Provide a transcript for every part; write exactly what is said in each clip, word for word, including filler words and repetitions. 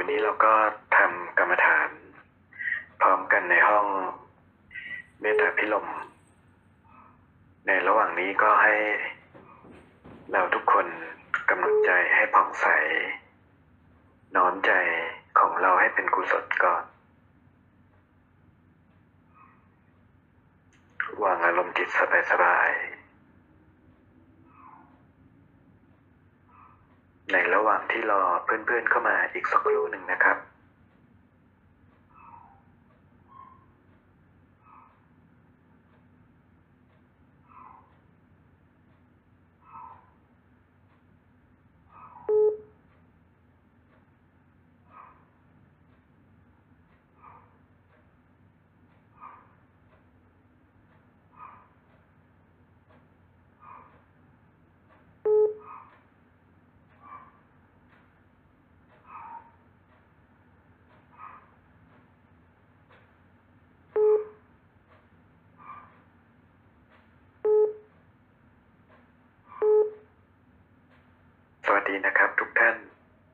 วันนี้เราก็ทำกรรมฐานพร้อมกันในห้องเมตตาพิรมในระหว่างนี้ก็ให้เราทุกคนกำหนดใจให้ผ่องใสน้อมใจของเราให้เป็นกุศลก่อนวางอารมณ์จิตสบายๆในระหว่างที่รอเพื่อนๆเข้ามาอีกสักครู่หนึ่งนะครับสวัสดีนะครับทุกท่าน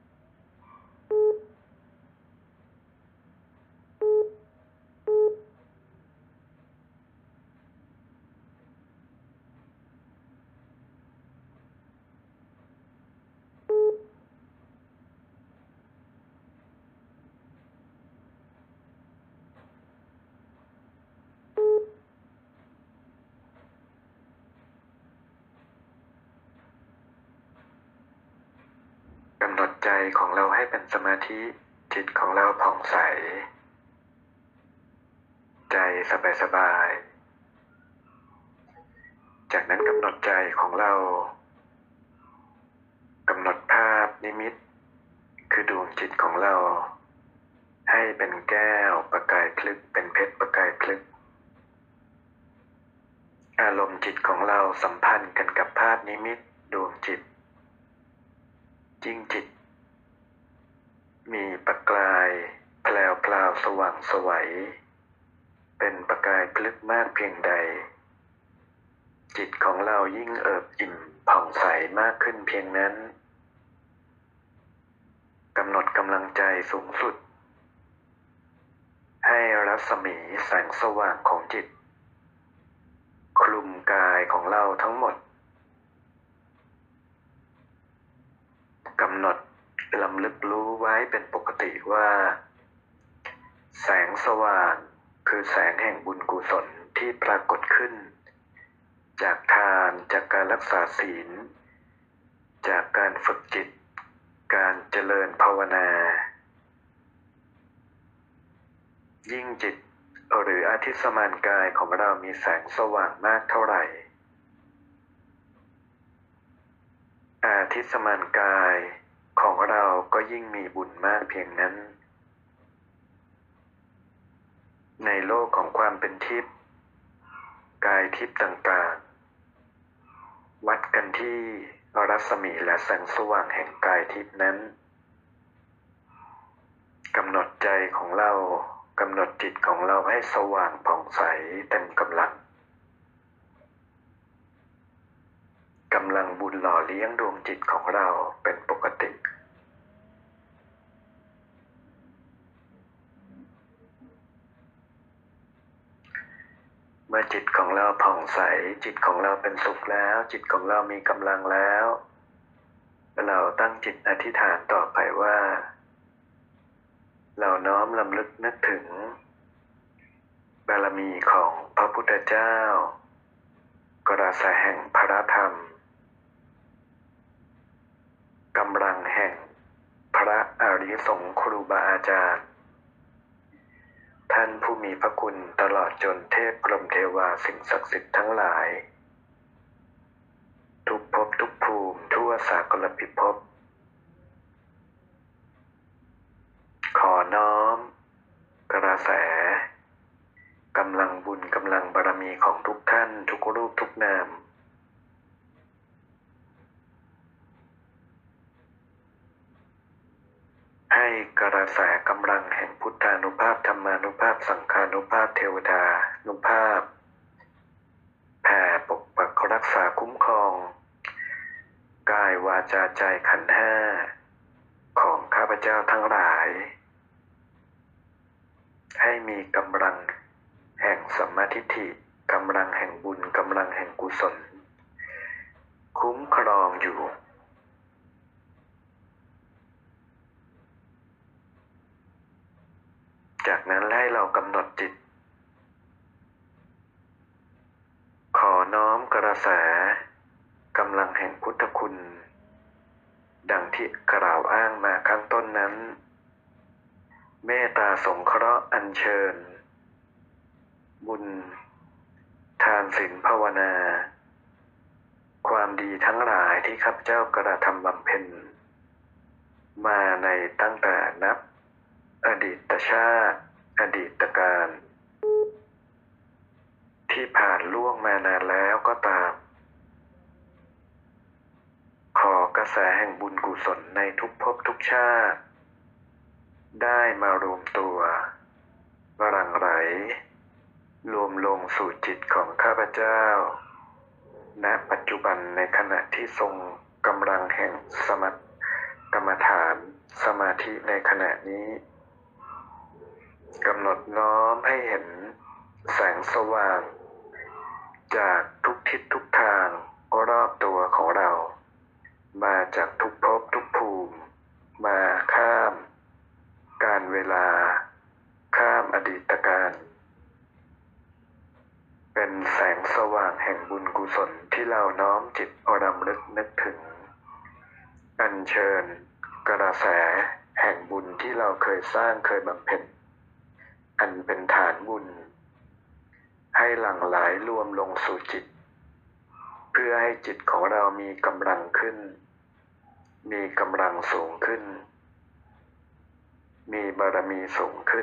กำหนดใจของเราให้เป็นสมาธิจิตของเราผ่องใสใจสบายๆจากนั้นกำหนดใจของเรากำหนดภาพนิมิตคือดวงจิตของเราให้เป็นแก้วประกายพลึกเป็นเพชรประกายพลึกอารมณ์จิตของเราสัมพันธ์กันกับภาพนิมิตดวงจิตยิ่งจิตมีประกายแพลวพลาวสว่างไสวเป็นประกายพลึกมากเพียงใดจิตของเรายิ่งเอิบอิ่มผ่องใสมากขึ้นเพียงนั้นกำหนดกำลังใจสูงสุดให้รัศมีแสงสว่างของจิตคลุมกายของเราทั้งหมดกำหนดลำลึกรู้ไว้เป็นปกติว่าแสงสว่างคือแสงแห่งบุญกุศลที่ปรากฏขึ้นจากทานจากการรักษาศีลจากการฝึกจิตการเจริญภาวนายิ่งจิตหรืออาทิตย์สมานกายของเรามีแสงสว่างมากเท่าไหร่อาทิตย์สมานกายของเราก็ยิ่งมีบุญมากเพียงนั้นในโลกของความเป็นทิพย์กายทิพย์ต่างๆวัดกันที่รัศมีและแสงสว่างแห่งกายทิพย์นั้นกำหนดใจของเรากำหนดจิตของเราให้สว่างผ่องใสเต็มกำลังกำลังบุญหล่อเลี้ยงดวงจิตของเราเป็นปกติเมื่อจิตของเราผ่องใสจิตของเราเป็นสุขแล้วจิตของเรามีกำลังแล้วเราตั้งจิตอธิษฐานต่อไปว่าเราน้อมรำลึกนึกถึงบารมีของพระพุทธเจ้ากระแสแห่งพระธรรมกำลังแห่งพระอริยสงฆ์ครูบาอาจารย์ท่านผู้มีพระคุณตลอดจนเทพพรหมเทวาสิ่งศักดิ์สิทธิ์ทั้งหลายทุกภพทุกภูมิทั่วสากลพิภพขอน้อมกระแสกำลังบุญกำลังบารมีของทุกท่านทุกรูปทุกนามให้กระแสกำลังแห่งพุทธานุภาพธรรมานุภาพสังฆานุภาพเทวดานุภาพแผ่ปกปักรักษาคุ้มครองกายวาจาใจขันธ์ห้าของข้าพเจ้าจ้าทั้งหลายให้มีกำลังแห่งสัมมาทิฏฐิกำลังแห่งบุญกำลังแห่งกุศลคุ้มครองอยู่จากนั้นให้เรากำหนดจิตขอน้อมกระแสกำลังแห่งพุทธคุณดังที่กล่าวอ้างมาข้างต้นนั้นเมตตาสงเคราะห์อัญเชิญบุญทานศีลภาวนาความดีทั้งหลายที่ข้าพเจ้ากระทำบำเพ็ญมาในตั้งแต่นับอดีตชาติอดีตการที่ผ่านล่วงมานานแล้วก็ตามขอกระแสแห่งบุญกุศลในทุกภพทุกชาติได้มารวมตัวหลั่งไหลรวมลงสู่จิตของข้าพเจ้าณปัจจุบันในขณะที่ทรงกำลังแห่งสมถกรรมฐานสมาธิในขณะนี้กำหนดน้อมให้เห็นแสงสว่างจากทุกทิศทุกทางรอบตัวของเรามาจากทุกภพทุกภูมิมาข้ามการเวลาข้ามอดีตการเป็นแสงสว่างแห่งบุญกุศลที่เราน้อมจิตรำลึกนึกถึงอัญเชิญกระแสแห่งบุญที่เราเคยสร้างเคยบำเพ็ญอันเป็นฐานบุญให้หลั่งไหลรวมลงสู่จิตเพื่อให้จิตของเรามีกำลังขึ้นมีกำลังสูงขึ้นมีบารมีสูงขึ้น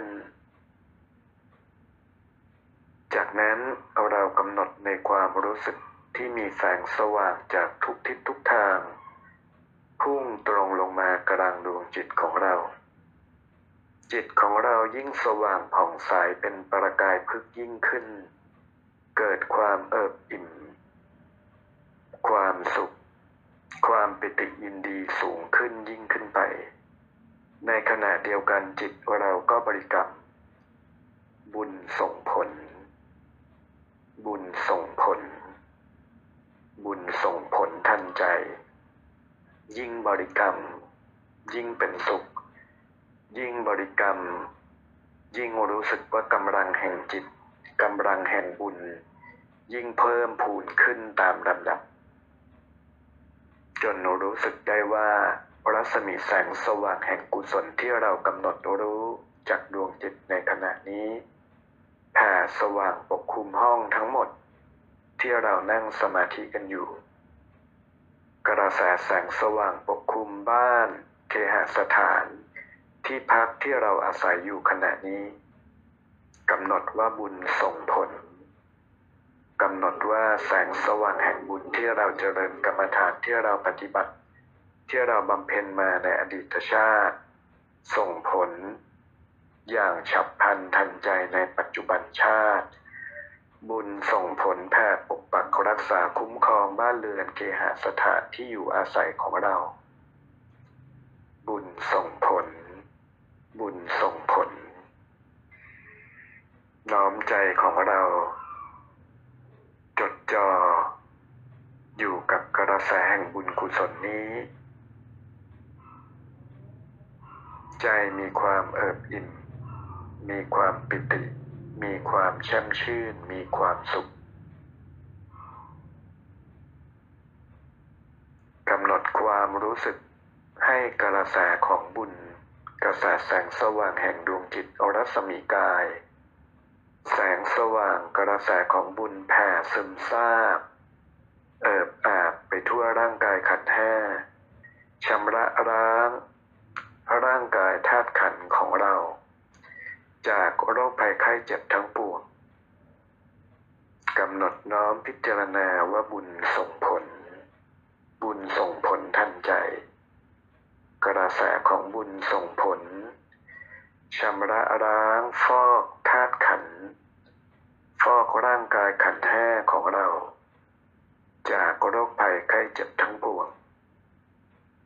จากนั้นเรากำหนดในความรู้สึกที่มีแสงสว่างจากทุกทิศทุกทางพุ่งตรงลงมากลางดวงจิตของเราจิตของเรายิ่งสว่างผ่องใสเป็นประกายพึกยิ่งขึ้นเกิดความเอิบอิ่มความสุขความปิติยินดีสูงขึ้นยิ่งขึ้นไปในขณะเดียวกันจิตเราก็บริกรรมบุญส่งผลบุญส่งผลบุญส่งผลทันใจยิ่งบริกรรมยิ่งเป็นสุขยิ่งบริกรรมยิ่งรู้สึกว่ากำลังแห่งจิตกำลังแห่งบุญยิ่งเพิ่มพูนขึ้นตามลำดับจนรู้สึกได้ว่ารัศมีแสงสว่างแห่งกุศลที่เรากำหนดรู้จากดวงจิตในขณะนี้แผ่สว่างปกคลุมห้องทั้งหมดที่เรานั่งสมาธิกันอยู่กระแสแสงสว่างปกคลุมบ้านเคหสถานที่พักที่เราอาศัยอยู่ขณะนี้กำหนดว่าบุญส่งผลกำหนดว่าแสงสว่างแห่งบุญที่เราเจริญกรรมฐานที่เราปฏิบัติที่เราบำเพ็ญมาในอดีตชาติส่งผลอย่างฉับพลันทันใจในปัจจุบันชาติบุญส่งผลแผ่ปกปักรักษาคุ้มครองบ้านเรือนเคหสถานที่อยู่อาศัยของเราบุญส่งผลบุญส่งผลน้อมใจของเราจดจ่ออยู่กับกระแสแห่งบุญกุศลนี้ใจมีความเอิบอิ่มมีความปิติมีความแช่มชื่นมีความสุขกำหนดความรู้สึกให้กระแสของบุญกระแสแสงสว่างแห่งดวงจิตรัศมีกายแสงสว่างกระแสของบุญแผ่ซึมซาบเอิบอาบไปทั่วร่างกายขันธ์ห้าชำระล้างร่างกายธาตุขันธ์ของเราจากโรคภัยไข้เจ็บทั้งปวงกำหนดน้อมพิจารณาว่าบุญส่งผลบุญส่งผลทันใจกระแสของบุญส่งผลชำระล้างฟอกธาตุขันธ์ฟอกร่างกายขันธ์ห้าของเราจากโรคภัยไข้เจ็บทั้งปวง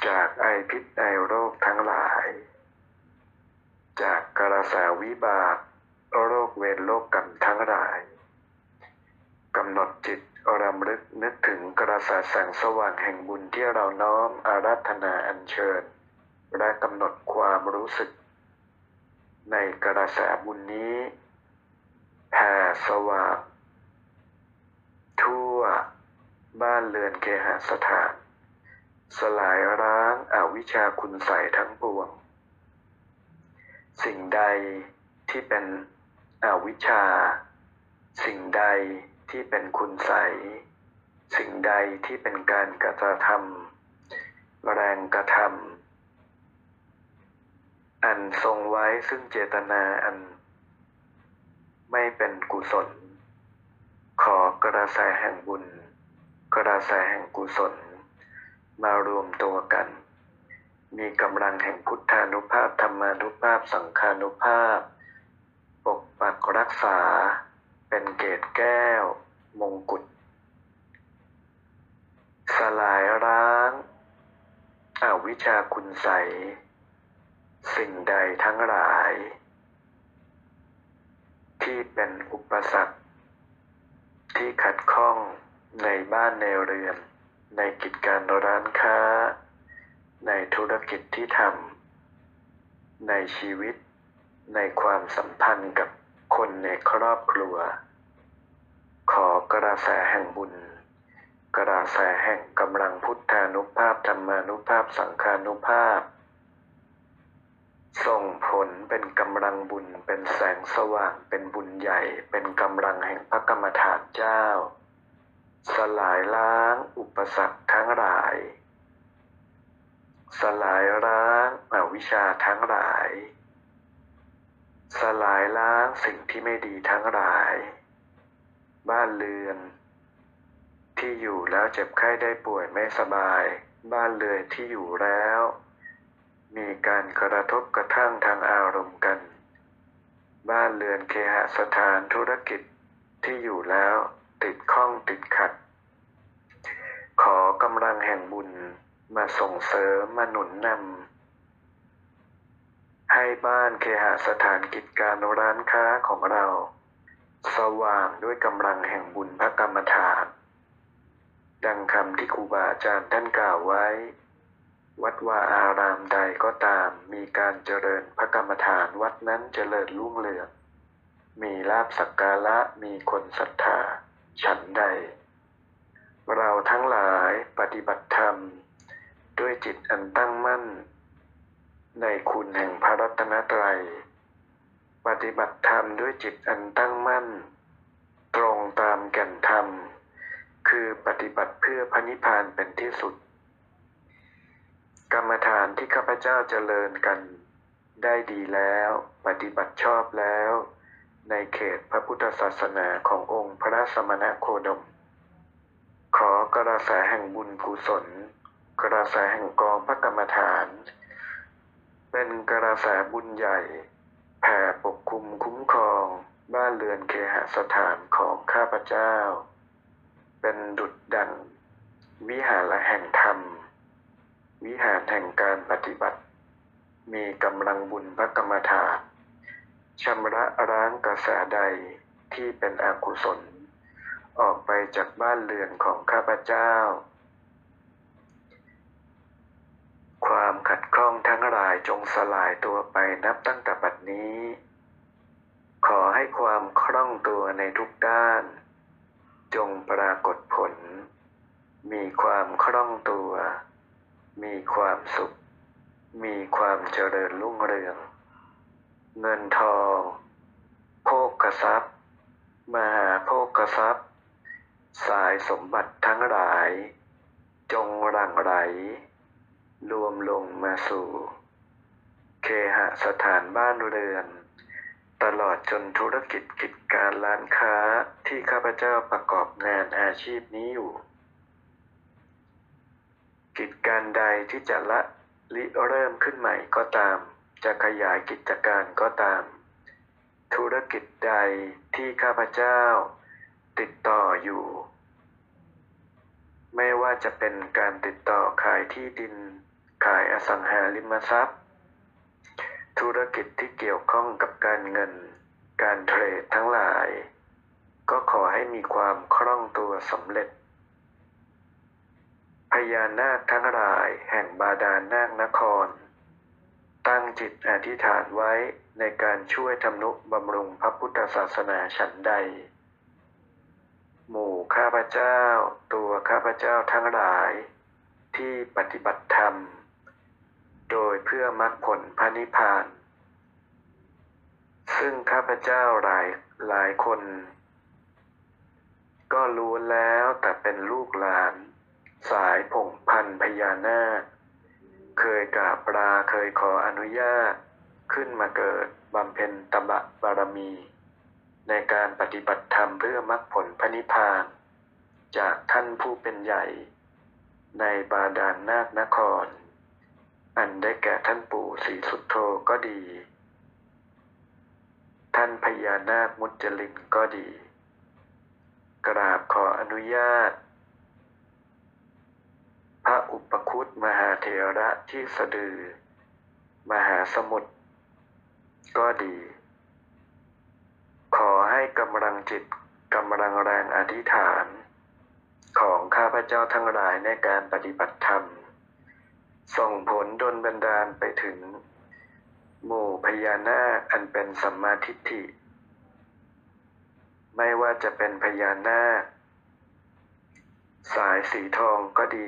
จากไอพิษไอโรคทั้งหลาย จากกระแสวิบากโรคเวรโรคกรรมทั้งหลายกำหนดจิตรำลึกนึกถึงกระแสแสงสว่างแห่งบุญที่เราน้อมอาราธนาอัญเชิญและกำหนดความรู้สึกในกระแสบุญนี้แผ่สว่างทั่วบ้านเรือนเคหสถานสลายร้างอวิชชาคุณไสยทั้งปวงสิ่งใดที่เป็นอวิชชาสิ่งใดที่เป็นคุณไสยสิ่งใดที่เป็นการกระทำแรงกระทำอันทรงไว้ซึ่งเจตนาอันไม่เป็นกุศลขอกระแสแห่งบุญกระแสแห่งกุศลมารวมตัวกันมีกำลังแห่งพุทธานุภาพธรรมานุภาพสังฆานุภาพปกปักรักษาเป็นเกศแก้วมงกุฎสลายร้างอวิชชาคุณไสยสิ่งใดทั้งหลายที่เป็นอุปสรรคที่ขัดข้องในบ้านในเรือนในกิจการร้านค้าในธุรกิจที่ทำในชีวิตในความสัมพันธ์กับคนในครอบครัวขอกระแสแห่งบุญกระแสแห่งกำลังพุทธานุภาพธรรมานุภาพสังฆานุภาพส่งผลเป็นกำลังบุญเป็นแสงสว่างเป็นบุญใหญ่เป็นกำลังแห่งพระกรรมฐานเจ้าสลายล้างอุปสรรคทั้งหลายสลายล้างอวิชชาทั้งหลายสลายล้างสิ่งที่ไม่ดีทั้งหลายบ้านเรือนที่อยู่แล้วเจ็บไข้ได้ป่วยไม่สบายบ้านเรือนที่อยู่แล้วมีการกระทบกระทั่งทางอารมณ์กันบ้านเรือนเคหสถานธุรกิจที่อยู่แล้วติดข้องติดขัดขอกำลังแห่งบุญมาส่งเสริมมาหนุนนำให้บ้านเคหสถานกิจการร้านค้าของเราสว่างด้วยกำลังแห่งบุญพระกรรมฐานดังคำที่ครูบาอาจารย์ท่านกล่าวไว้วัดวาอารามใดก็ตามมีการเจริญพระกรรมฐานวัดนั้นเจริญรุ่งเรืองมีลาภสักการะมีคนศรัทธาฉันใดเราทั้งหลายปฏิบัติธรรมด้วยจิตอันตั้งมั่นในคุณแห่งพระรัตนตรัยปฏิบัติธรรมด้วยจิตอันตั้งมั่นตรงตามแก่นธรรมคือปฏิบัติเพื่อพระนิพพานเป็นที่สุดกรรมฐานที่ข้าพเจ้าเจริญกันได้ดีแล้วปฏิบัติชอบแล้วในเขตพระพุทธศาสนาขององค์พระสมณโคดมขอกระแสแห่งบุญกุศลกระแสแห่งกองพระกรรมฐานเป็นกระแสบุญใหญ่แผ่ปกคลุมคุ้มครองบ้านเรือนเคหสถานของข้าพเจ้าเป็นดุจดั่งวิหารแห่งธรรมวิหารแห่งการปฏิบัติมีกำลังบุญพระกรรมฐานชำระล้างกระแสใดที่เป็นอกุศลออกไปจากบ้านเรือนของข้าพเจ้าความขัดข้องทั้งหลายจงสลายตัวไปนับตั้งแต่บัดนี้ขอให้ความคล่องตัวในทุกด้านจงปรากฏผลมีความคล่องตัวมีความสุขมีความเจริญรุ่งเรืองเงินทองโภคทรัพย์มหาโภคทรัพย์สายสมบัติทั้งหลายจงหลั่งไหลรวมลงมาสู่เคหสถานบ้านเรือนตลอดจนธุรกิจกิจการร้านค้าที่ข้าพเจ้าประกอบงานอาชีพนี้อยู่กิจการใดที่จะละริเริ่มขึ้นใหม่ก็ตามจะขยายกิจการก็ตามธุรกิจใดที่ข้าพเจ้าติดต่ออยู่ไม่ว่าจะเป็นการติดต่อขายที่ดินขายอสังหาริมทรัพย์ธุรกิจที่เกี่ยวข้องกับการเงินการเทรดทั้งหลายก็ขอให้มีความคล่องตัวสำเร็จพญานาคทั้งหลายแห่งบาดาลนาคนครตั้งจิตอธิษฐานไว้ในการช่วยทำนุบำรุงพระพุทธศาสนาฉันใดหมู่ข้าพเจ้าตัวข้าพเจ้าทั้งหลายที่ปฏิบัติธรรมโดยเพื่อมรรคผลพระนิพพานซึ่งข้าพเจ้าหลายหลายคนก็รู้แล้วแต่เป็นลูกหลานสายผงพันพญานาคเคยกราบลาเคยขออนุญาตขึ้นมาเกิดบำเพ็ญตบะบารมีในการปฏิบัติธรรมเพื่อมรรคผลพระนิพพานจากท่านผู้เป็นใหญ่ในบาดาลนาคนครอันได้แก่ท่านปู่ศรีสุทโธก็ดีท่านพญานาคมุจลินก็ดีกราบขออนุญาตพระอุปคุตมหาเถระที่สะดือมหาสมุทรก็ดีขอให้กำลังจิตกำลังแรงอธิษฐานของข้าพเจ้าทั้งหลายในการปฏิบัติธรรมส่งผลดลบันดาลไปถึงหมู่พญานาคอันเป็นสัมมาทิฏฐิไม่ว่าจะเป็นพญานาคสายสีทองก็ดี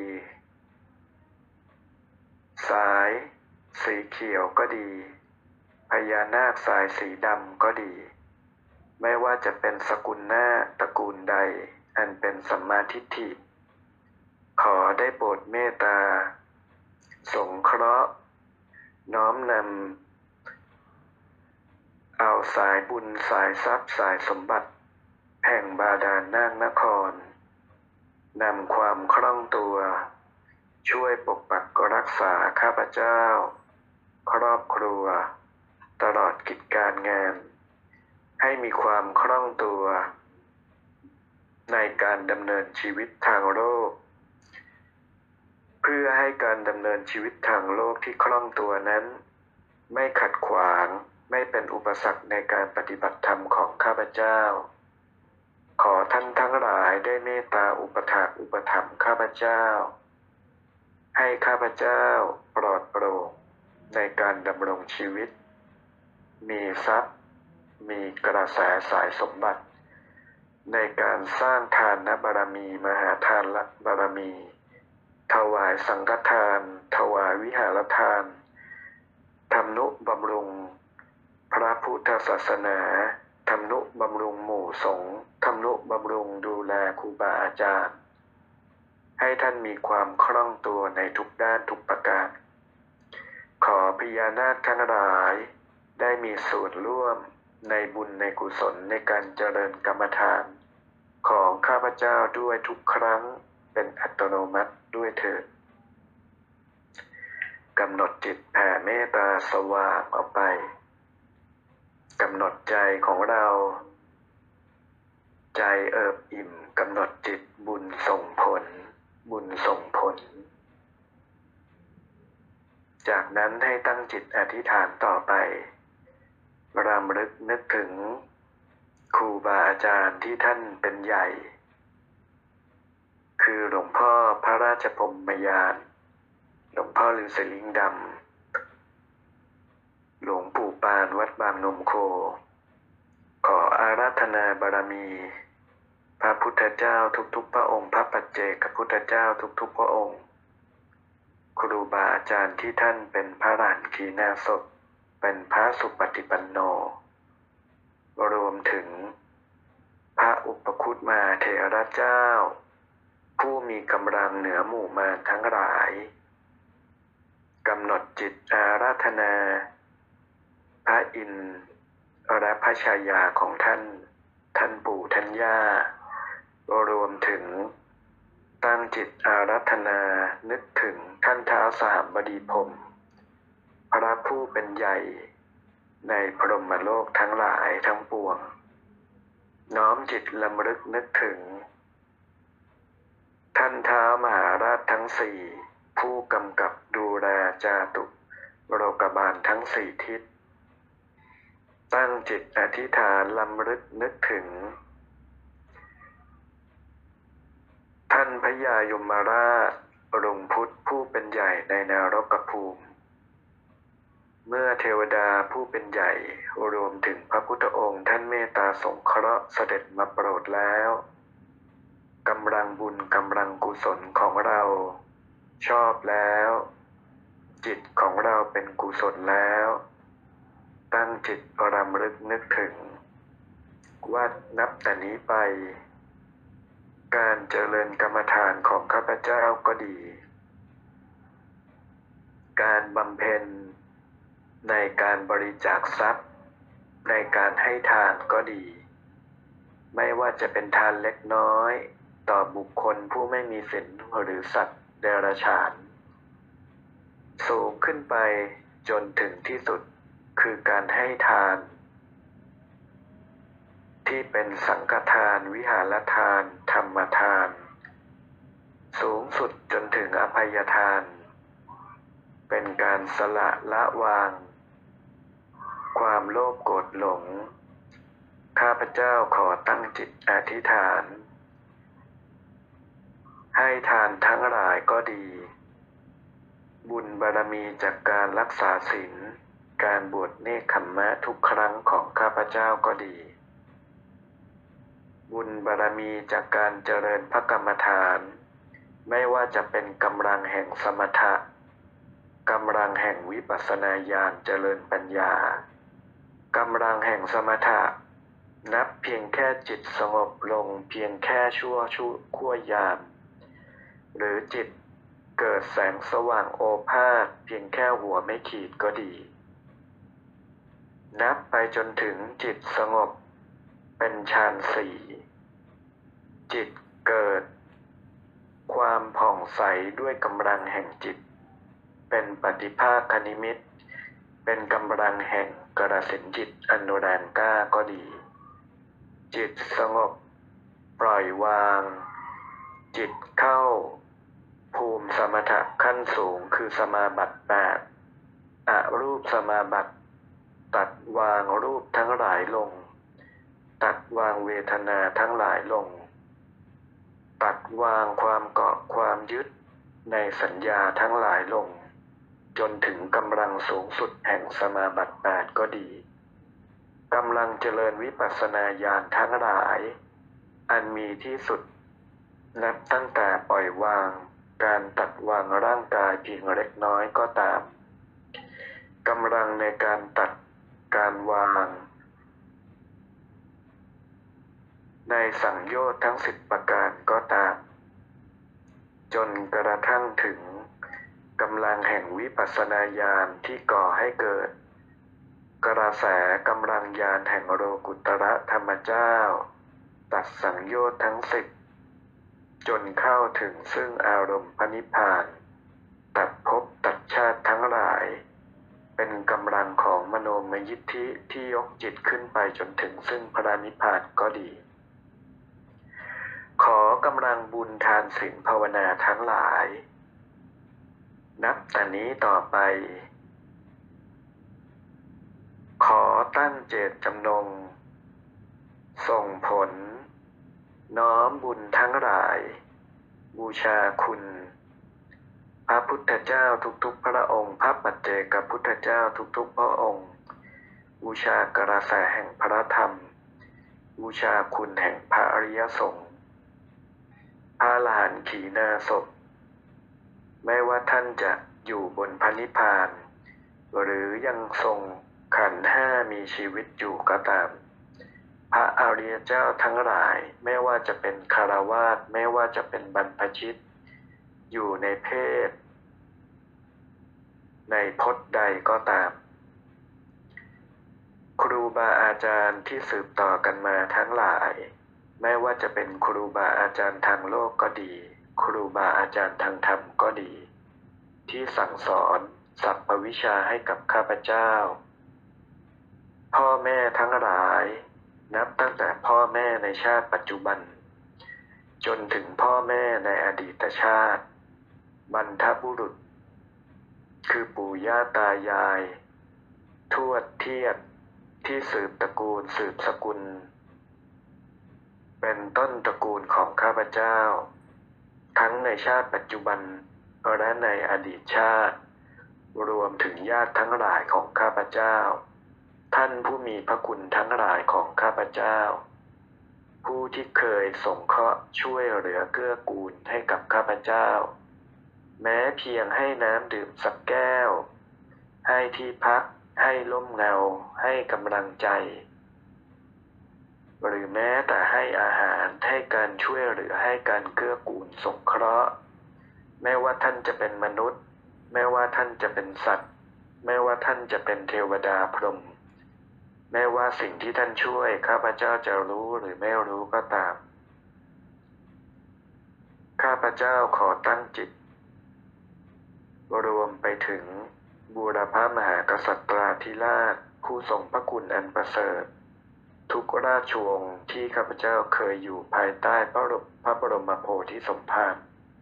สายสีเขียวก็ดีพญานาคสายสีดำก็ดีไม่ว่าจะเป็นสกุลนาคตระกูลใดอันเป็นสัมมาทิฏฐิขอได้โปรดเมตตาสงเคราะห์น้อมนำเอาสายบุญสายทรัพย์สายสมบัติแห่งบาดาลนาคนครนำความคล่องตัวช่วยปกปักรักษาข้าพเจ้าครอบครัวตลอดกิจการงานให้มีความคล่องตัวในการดำเนินชีวิตทางโลกเพื่อให้การดำเนินชีวิตทางโลกที่คล่องตัวนั้นไม่ขัดขวางไม่เป็นอุปสรรคในการปฏิบัติธรรมของข้าพเจ้าขอท่านทั้งหลายได้เมตตาอุปถากอุปถัมภ์ข้าพเจ้าให้ข้าพเจ้าปลอดโปร่งในการดำรงชีวิตมีทรัพย์มีกระแสสายสมบัติในการสร้างทานบารมีมหาทานบารมีถวายสังฆทานถวายวิหารทานทำนุบำรุงพระพุทธศาสนาทำนุบำรุงหมู่สงฆ์ทำนุบำรุงดูแลครูบาอาจารย์ให้ท่านมีความคล่องตัวในทุกด้านทุกประการขอพญานาคทั้งหลายได้มีส่วนร่วมในบุญในกุศลในการเจริญกรรมฐานของข้าพเจ้าด้วยทุกครั้งเป็นอัตโนมัติด้วยเถิดกำหนดจิตแผ่เมตตาสว่างออกไปกำหนดใจของเราใจเอิบอิ่มกำหนดจิตบุญส่งผลบุญส่งผลจากนั้นให้ตั้งจิตอธิษฐานต่อไปรำลึกนึกถึงครูบาอาจารย์ที่ท่านเป็นใหญ่คือหลวงพ่อพระราชพรหมยานหลวงพ่อฤาษีลิงดำหลวงปู่ปานวัดบางนมโคขออาราธนาบารมีพระพุทธเจ้าทุกๆพระองค์พระปัจเจกพุทธเจ้าทุกๆพระองค์ครูบาอาจารย์ที่ท่านเป็นพระอรหันต์ขีณาสพเป็นพระสุปฏิปันโนรวมถึงพระอุปคุตมหาเถระเจ้าผู้มีกำลังเหนือหมู่มารทั้งหลายกำหนดจิตอาราธนาพระอินทร์และพระชายาของท่านท่านปู่ท่านย่ารวมถึงตั้งจิตอาราธนานึกถึงท่านท้าวสหัมบดีพรหมพระผู้เป็นใหญ่ในพรหมโลกทั้งหลายทั้งปวงน้อมจิตลำลึกนึกถึงท่านท้าวมหาราชทั้งสี่ผู้กำกับดูแลจาตุโลกบาลทั้งสี่ทิศตั้งจิตอธิษฐานลำลึกนึกถึงท่านพญายมราชลุงพุทธผู้เป็นใหญ่ในนรกภูมิเมื่อเทวดาผู้เป็นใหญ่รวมถึงพระพุทธองค์ท่านเมตตาสงเคราะห์เสด็จมาโปรดแล้วกำลังบุญกำลังกุศลของเราชอบแล้วจิตของเราเป็นกุศลแล้วตั้งจิตรำลึกนึกถึงว่านับแต่นี้ไปการเจริญกรรมฐานของข้าพเจ้าก็ดีการบำเพ็ญในการบริจาคทรัพย์ในการให้ทานก็ดีไม่ว่าจะเป็นทานเล็กน้อยต่อบุคคลผู้ไม่มีศีลหรือสัตว์เดรัจฉานสูงขึ้นไปจนถึงที่สุดคือการให้ทานที่เป็นสังฆทานวิหารทานธรรมทานสูงสุดจนถึงอภัยทานเป็นการสละละวางความโลภโกรธหลงข้าพเจ้าขอตั้งจิตอธิษฐานให้ทานทั้งหลายก็ดีบุญบารมีจากการรักษาศีลการบวชเนกขัมมะทุกครั้งของข้าพเจ้าก็ดีบุญบารมีจากการเจริญพระกรรมฐานไม่ว่าจะเป็นกำลังแห่งสมถะกำลังแห่งวิปัสสนาญาณเจริญปัญญากำลังแห่งสมถะนับเพียงแค่จิตสงบลงเพียงแค่ชั่วชั่วขั้วยามหรือจิตเกิดแสงสว่างโอภาสเพียงแค่หัวไม่ขีดก็ดีนับไปจนถึงจิตสงบเป็นฌานสี่จิตเกิดความผ่องใสด้วยกำลังแห่งจิตเป็นปฏิภาคนิมิตเป็นกำลังแห่งกระสินจิตอันแรงกล้าก็ดีจิตสงบปล่อยวางจิตเข้าภูมิสมถะขั้นสูงคือสมาบัติแปดอรูปสมาบัติตัดวางรูปทั้งหลายลงตัดวางเวทนาทั้งหลายลงตัดวางความเกาะความยึดในสัญญาทั้งหลายลงจนถึงกำลังสูงสุดแห่งสมาบัติแปดก็ดีกำลังเจริญวิปัสสนาญาณทั้งหลายอันมีที่สุดนับตั้งแต่ปล่อยวางการตัดวางร่างกายเพียงเล็กน้อยก็ตามกำลังในการตัดการวางในสังโยชน์ทั้งสิบประการก็ตามจนกระทั่งถึงกำลังแห่งวิปัสสนาญาณที่ก่อให้เกิดกระแสกำลังญาณแห่งโลกุตระธรรมเจ้าตัดสังโยชน์ทั้งสิบจนเข้าถึงซึ่งอารมณ์พระนิพพานตัดภพตัดชาติทั้งหลายเป็นกำลังของมโนมยิทธิที่ยกจิตขึ้นไปจนถึงซึ่งพระนิพพานก็ดีขอกำลังบุญทานศีลภาวนาทั้งหลายนับแต่นี้ต่อไปขอตั้งเจตจำนงส่งผลน้อมบุญทั้งหลายบูชาคุณพระพุทธเจ้าทุกๆพระองค์พระปัจเจกพุทธเจ้าทุกๆพระองค์บูชากระแสแห่งพระธรรมบูชาคุณแห่งพระอริยสงฆ์พระอรหันต์ขีณาสพไม่ว่าท่านจะอยู่บนพระนิพพานหรือยังทรงขันธ์ห้ามีชีวิตอยู่ก็ตามพระอริยเจ้าทั้งหลายไม่ว่าจะเป็นคฤหัสถ์ไม่ว่าจะเป็นบรรพชิตอยู่ในเพศในพจน์ใดก็ตามครูบาอาจารย์ที่สืบต่อกันมาทั้งหลายไม่ว่าจะเป็นครูบาอาจารย์ทางโลกก็ดีครูบาอาจารย์ทางธรรมก็ดีที่สั่งสอนสรรพวิชาให้กับข้าพเจ้าพ่อแม่ทั้งหลายนับตั้งแต่พ่อแม่ในชาติปัจจุบันจนถึงพ่อแม่ในอดีตชาติบรรพบุรุษคือปู่ย่าตายายทวดเทียดที่สืบตระกูลสืบสกุลเป็นต้นตระกูลของข้าพเจ้าทั้งในชาติปัจจุบันและในอดีตชาติรวมถึงญาติทั้งหลายของข้าพเจ้าท่านผู้มีพระคุณทั้งหลายของข้าพเจ้าผู้ที่เคยสงเคราะห์ช่วยเหลือเกื้อกูลให้กับข้าพเจ้าแม้เพียงให้น้ำดื่มสักแก้วให้ที่พักให้ร่มเงาให้กำลังใจหรือแม้แต่ให้อาหารให้การช่วยเหลือให้การเกื้อกูลสงเคราะห์ไม่ว่าท่านจะเป็นมนุษย์ไม่ว่าท่านจะเป็นสัตว์ไม่ว่าท่านจะเป็นเทวดาพรหมไม่ว่าสิ่งที่ท่านช่วยข้าพเจ้าจะรู้หรือไม่รู้ก็ตามข้าพเจ้าขอตั้งจิตรวมไปถึงบูรพมหากษัตราธิราชผู้ทรงพระคุณอันประเสริฐทุกราชวงศ์ที่ข้าพเจ้าเคยอยู่ภายใต้พระพระบรมโพธิสมภาร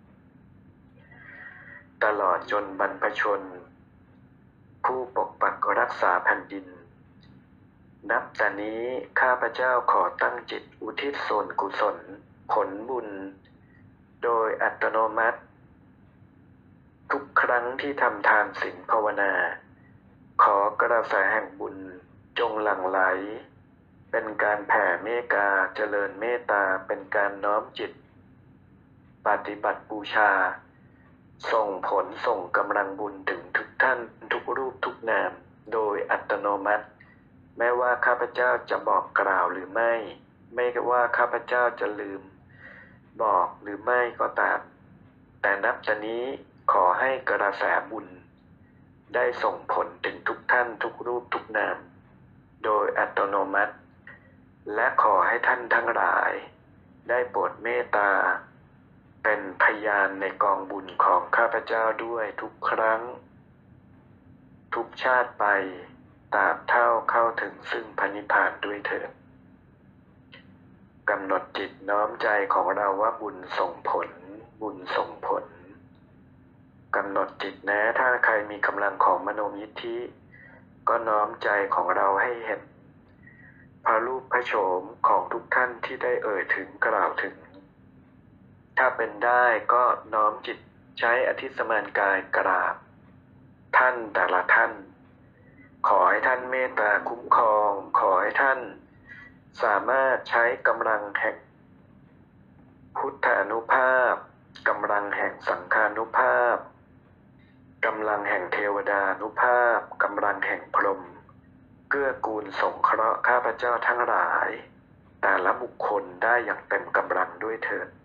ตลอดจนบรรพชนผู้ปกปักรักษาแผ่นดินนับแต่นี้ข้าพเจ้าขอตั้งจิตอุทิศส่วนกุศลผลบุญโดยอัตโนมัติทุกครั้งที่ทำทานศีลภาวนาขอกระแสแห่งบุญจงหลั่งไหลเป็นการแผ่เมตตาเจริญเมตตาเป็นการน้อมจิตปฏิบัติบูชาส่งผลส่งกำลังบุญถึงทุกท่านทุกรูปทุกนามโดยอัตโนมัติแม้ว่าข้าพเจ้าจะบอกกล่าวหรือไม่ไม่ว่าข้าพเจ้าจะลืมบอกหรือไม่ก็ตามแต่นับจากนี้ขอให้กระแสบุญได้ส่งผลถึงทุกท่านทุกรูปทุกนามโดยอัตโนมัติและขอให้ท่านทั้งหลายได้โปรดเมตตาเป็นพยานในกองบุญของข้าพเจ้าด้วยทุกครั้งทุกชาติไปตราบเท่าเข้าถึงซึ่งพระนิพพานด้วยเถิดกำหนดจิตน้อมใจของเราว่าบุญส่งผลบุญส่งผลกำหนดจิตนะถ้าใครมีกำลังของมโนยิทธิก็น้อมใจของเราให้เห็นพระรูปพระโฉมของทุกท่านที่ได้เอ่ยถึงกล่าวถึงถ้าเป็นได้ก็น้อมจิตใช้อธิสมานกายกราบท่านแต่ละท่านขอให้ท่านเมตตาคุ้มครองขอให้ท่านสามารถใช้กำลังแห่งพุทธานุภาพกำลังแห่งสังฆานุภาพกำลังแห่งเทวดานุภาพกำลังแห่งพรหมเกื้อกูลสงเคราะห์ข้าพเจ้าทั้งหลายแต่ละบุคคลได้อย่างเต็มกำลังด้วยเถิด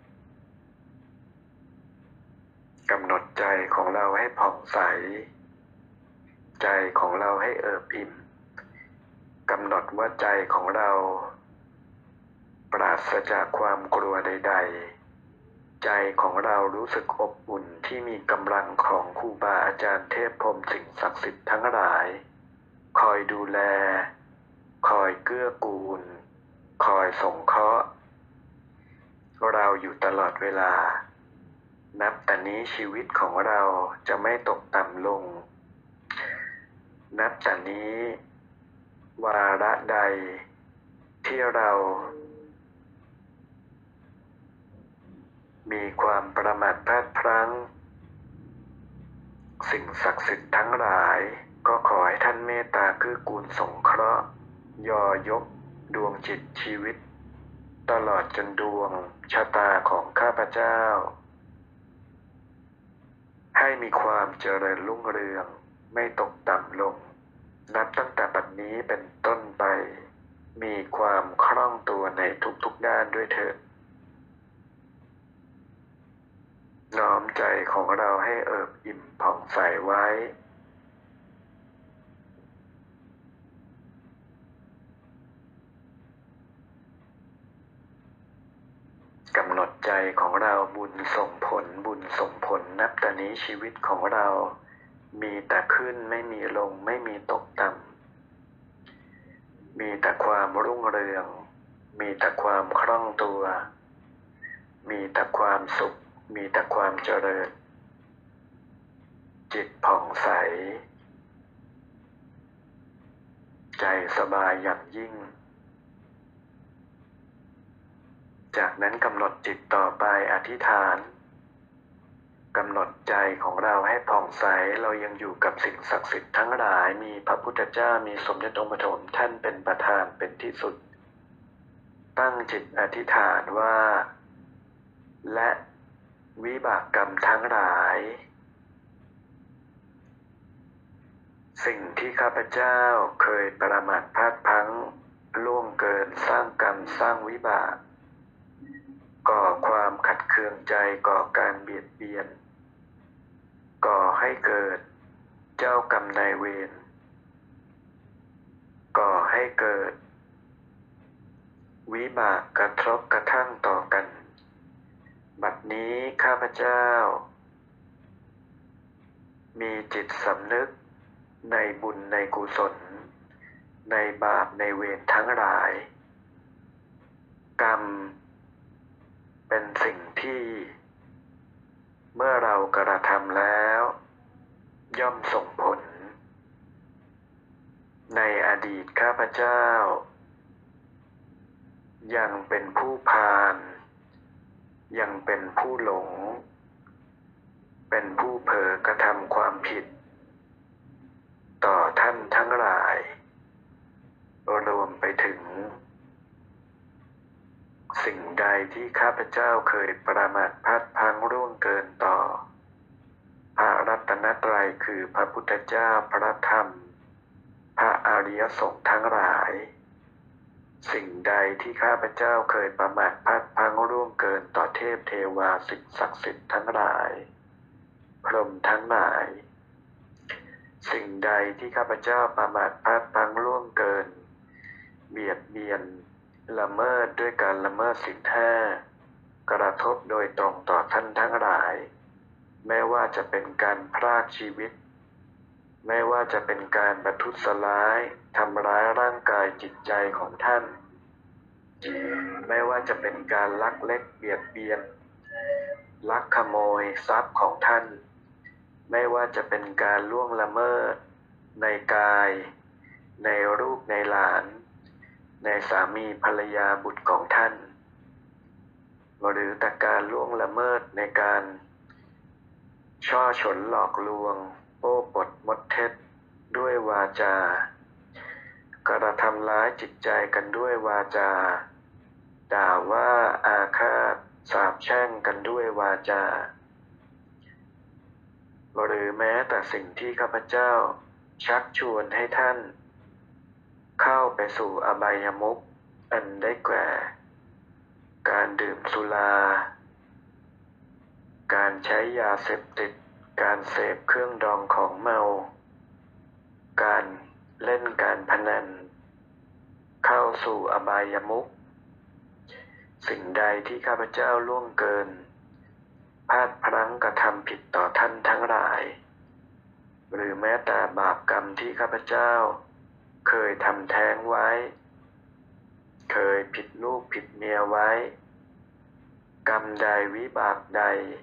กำหนดใจของเราให้ผ่องใสใจของเราให้เอิบอิ่มกำหนดว่าใจของเราปราศจากความกลัวใดๆใจของเรารู้สึกอบอุ่นที่มีกำลังของครูบาอาจารย์เทพพรหมสิ่งศักดิ์สิทธิ์ทั้งหลายคอยดูแลคอยเกื้อกูลคอยสงเคราะห์เราอยู่ตลอดเวลานับแต่นี้ชีวิตของเราจะไม่ตกต่ำลงนับแต่นี้วาระใดที่เรามีความประมาทพลาดพลั้งสิ่งศักดิ์สิทธิ์ทั้งหลายก็ขอให้ท่านเมตตาเกื้อกูลสงเคราะห์ยอยกดวงจิตชีวิตตลอดจนดวงชะตาของข้าพเจ้าให้มีความเจริญรุ่งเรืองไม่ตกต่ำลงนับตั้งแต่บัดนี้เป็นต้นไปมีความคล่องตัวในทุกๆด้านด้วยเถิดน้อมใจของเราให้เอิบอิ่มผ่องใสไว้กำหนดใจของเราบุญส่งผลบุญส่งผลนับแต่นี้ชีวิตของเรามีแต่ขึ้นไม่มีลงไม่มีตกต่ำมีแต่ความรุ่งเรืองมีแต่ความคล่องตัวมีแต่ความสุขมีแต่ความเจริญจิตผ่องใสใจสบายอย่างยิ่งจากนั้นกำหนดจิตต่อไปอธิษฐานกำหนดใจของเราให้ผ่องใสเรายังอยู่กับสิ่งศักดิ์สิทธิ์ทั้งหลายมีพระพุทธเจ้ามีสมเด็จองค์ปฐมท่านเป็นประธานเป็นที่สุดตั้งจิตอธิษฐานว่าและวิบากกรรมทั้งหลายสิ่งที่ข้าพเจ้าเคยประมาทพลาดพลั้งล่วงเกินสร้างกรรมสร้างวิบากก่อความขัดเคืองใจก่อการเบียดเบียนก่อให้เกิดเจ้ากรรมนายเวรก่อให้เกิดวิบากกระทบกระทั่งต่อกันบัดนี้ข้าพเจ้ามีจิตสำนึกในบุญในกุศลในบาปในเวรทั้งหลายกรรมเป็นสิ่งที่เมื่อเรากระทำแล้วย่อมส่งผลในอดีตข้าพเจ้ายังเป็นผู้พาลยังเป็นผู้หลงเป็นผู้เผลอกระทำความผิดต่อท่านทั้งหลายรวมไปถึงสิ่งใดที่ข้าพเจ้าเคยประมาทพลาดพลั้งร่วงเกินต่อพระรัตนตรัยคือพระพุทธเจ้าพระธรรมพระอริยสงฆ์ทั้งหลายสิ่งใดที่ข้าพเจ้าเคยประมาทพลาดพลั้งร่วงเกินต่อเทพเทวาสิ่งศักดิ์สิทธิ์ทั้งหลายพรหมทั้งหลายสิ่งใดที่ข้าพเจ้าประมาทพลาดพลั้งร่วงเกินเบียดเบียนละเมิดด้วยการละเมิดศีลห้ากระทบโดยตรงต่อท่านทั้งหลายแม้ว่าจะเป็นการพรากชีวิตแม้ว่าจะเป็นการประทุษร้ายทำร้ายร่างกายจิตใจของท่านแม้ว่าจะเป็นการลักเล็กเบียดเบียนลักขโมยทรัพย์ของท่านไม่ว่าจะเป็นการล่วงละเมิดในกายในรูปในหลานในสามีภรรยาบุตรของท่านหรือแต่การล่วงละเมิดในการช่อฉนหลอกลวงโอ้ปดมดเท็จด้วยวาจากระทำร้ายจิตใจกันด้วยวาจาด่าว่าอาฆาตสาปแช่งกันด้วยวาจาหรือแม้แต่สิ่งที่ข้าพเจ้าชักชวนให้ท่านเข้าไปสู่อบายมุขอันได้แก่การดื่มสุราการใช้ยาเสพติดการเสพเครื่องดองของเมาการเล่นการพนันเข้าสู่อบายมุขสิ่งใดที่ข้าพเจ้าล่วงเกินพลาดพลั้งกระทำผิดต่อท่านทั้งหลายหรือแม้แต่บาปกรรมที่ข้าพเจ้าเคยทำแท้งไว้เคยผิดลูกผิดเมียไว้กรรมใดวิบากใด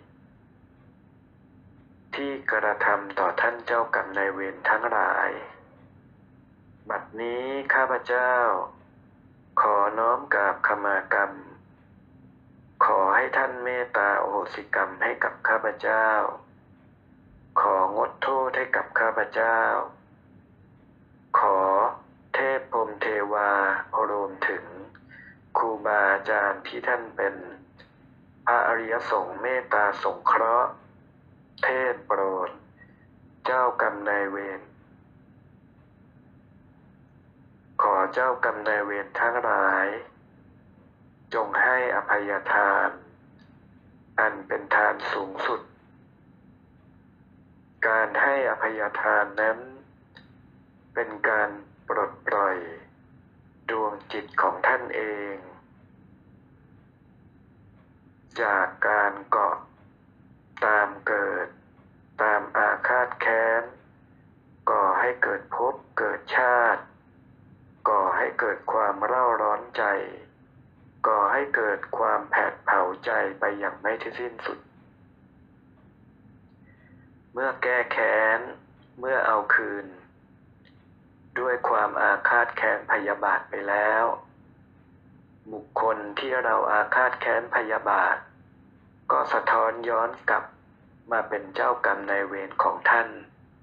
ที่กระทำต่อท่านเจ้ากรรมนายเวรทั้งหลายบัดนี้ข้าพเจ้าขอน้อมกราบขมากรรมขอให้ท่านเมตตาอโหสิกรรมให้กับข้าพเจ้าของดโทษให้กับข้าพเจ้าขอเทพพรหมเทวารวมถึงครูบาอาจารย์ที่ท่านเป็นพระอริยสงฆ์เมตตาสงเคราะห์เทศโปรดเจ้ากรรมนายเวรขอเจ้ากรรมนายเวรทั้งหลายจงให้อภัยทานอันเป็นทานสูงสุดการให้อภัยทานนั้นเป็นการปลดปล่อยดวงจิตของท่านเองจากการเกาะตามเกิดตามอาฆาตแค้นก่อให้เกิดภพเกิดชาติก่อให้เกิดความเร่าร้อนใจก่อให้เกิดความแผดเผาใจไปอย่างไม่สิ้นสุดเมื่อแก้แค้นเมื่อเอาคืนด้วยความอาฆาตแค้นพยาบาทไปแล้วบุคคลที่เราอาฆาตแค้นพยาบาทก็สะท้อนย้อนกลับมาเป็นเจ้ากรรมนายเวรของท่าน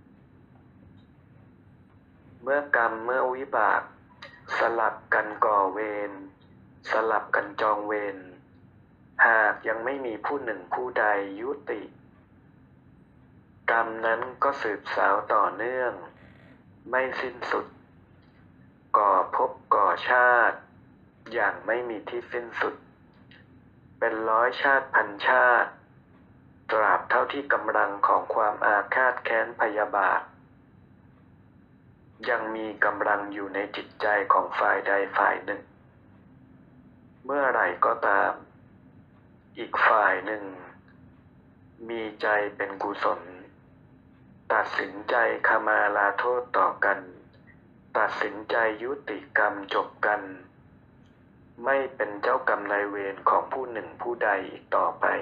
เมื่อกรรมเมื่อวิบากสลับกันก่อเวรสลับกันจองเวรหากยังไม่มีผู้หนึ่งผู้ใดยุติกรรมนั้นก็สืบสาวต่อเนื่องไม่สิ้นสุดก่อภพก่อชาติอย่างไม่มีที่สิ้นสุดเป็นร้อยชาติพันชาติตราบเท่าที่กำลังของความอาฆาตแค้นพยาบาทยังมีกำลังอยู่ในจิตใจของฝ่ายใดฝ่ายหนึ่งเมื่อไหร่ก็ตามอีกฝ่ายหนึ่งมีใจเป็นกุศลตัดสินใจขมาลาโทษต่อกันตัดสินใจยุติกรรมจบกันไม่เป็นเจ้ากรรมนายเวรของผู้หนึ่งผู้ใดอีกต่อไป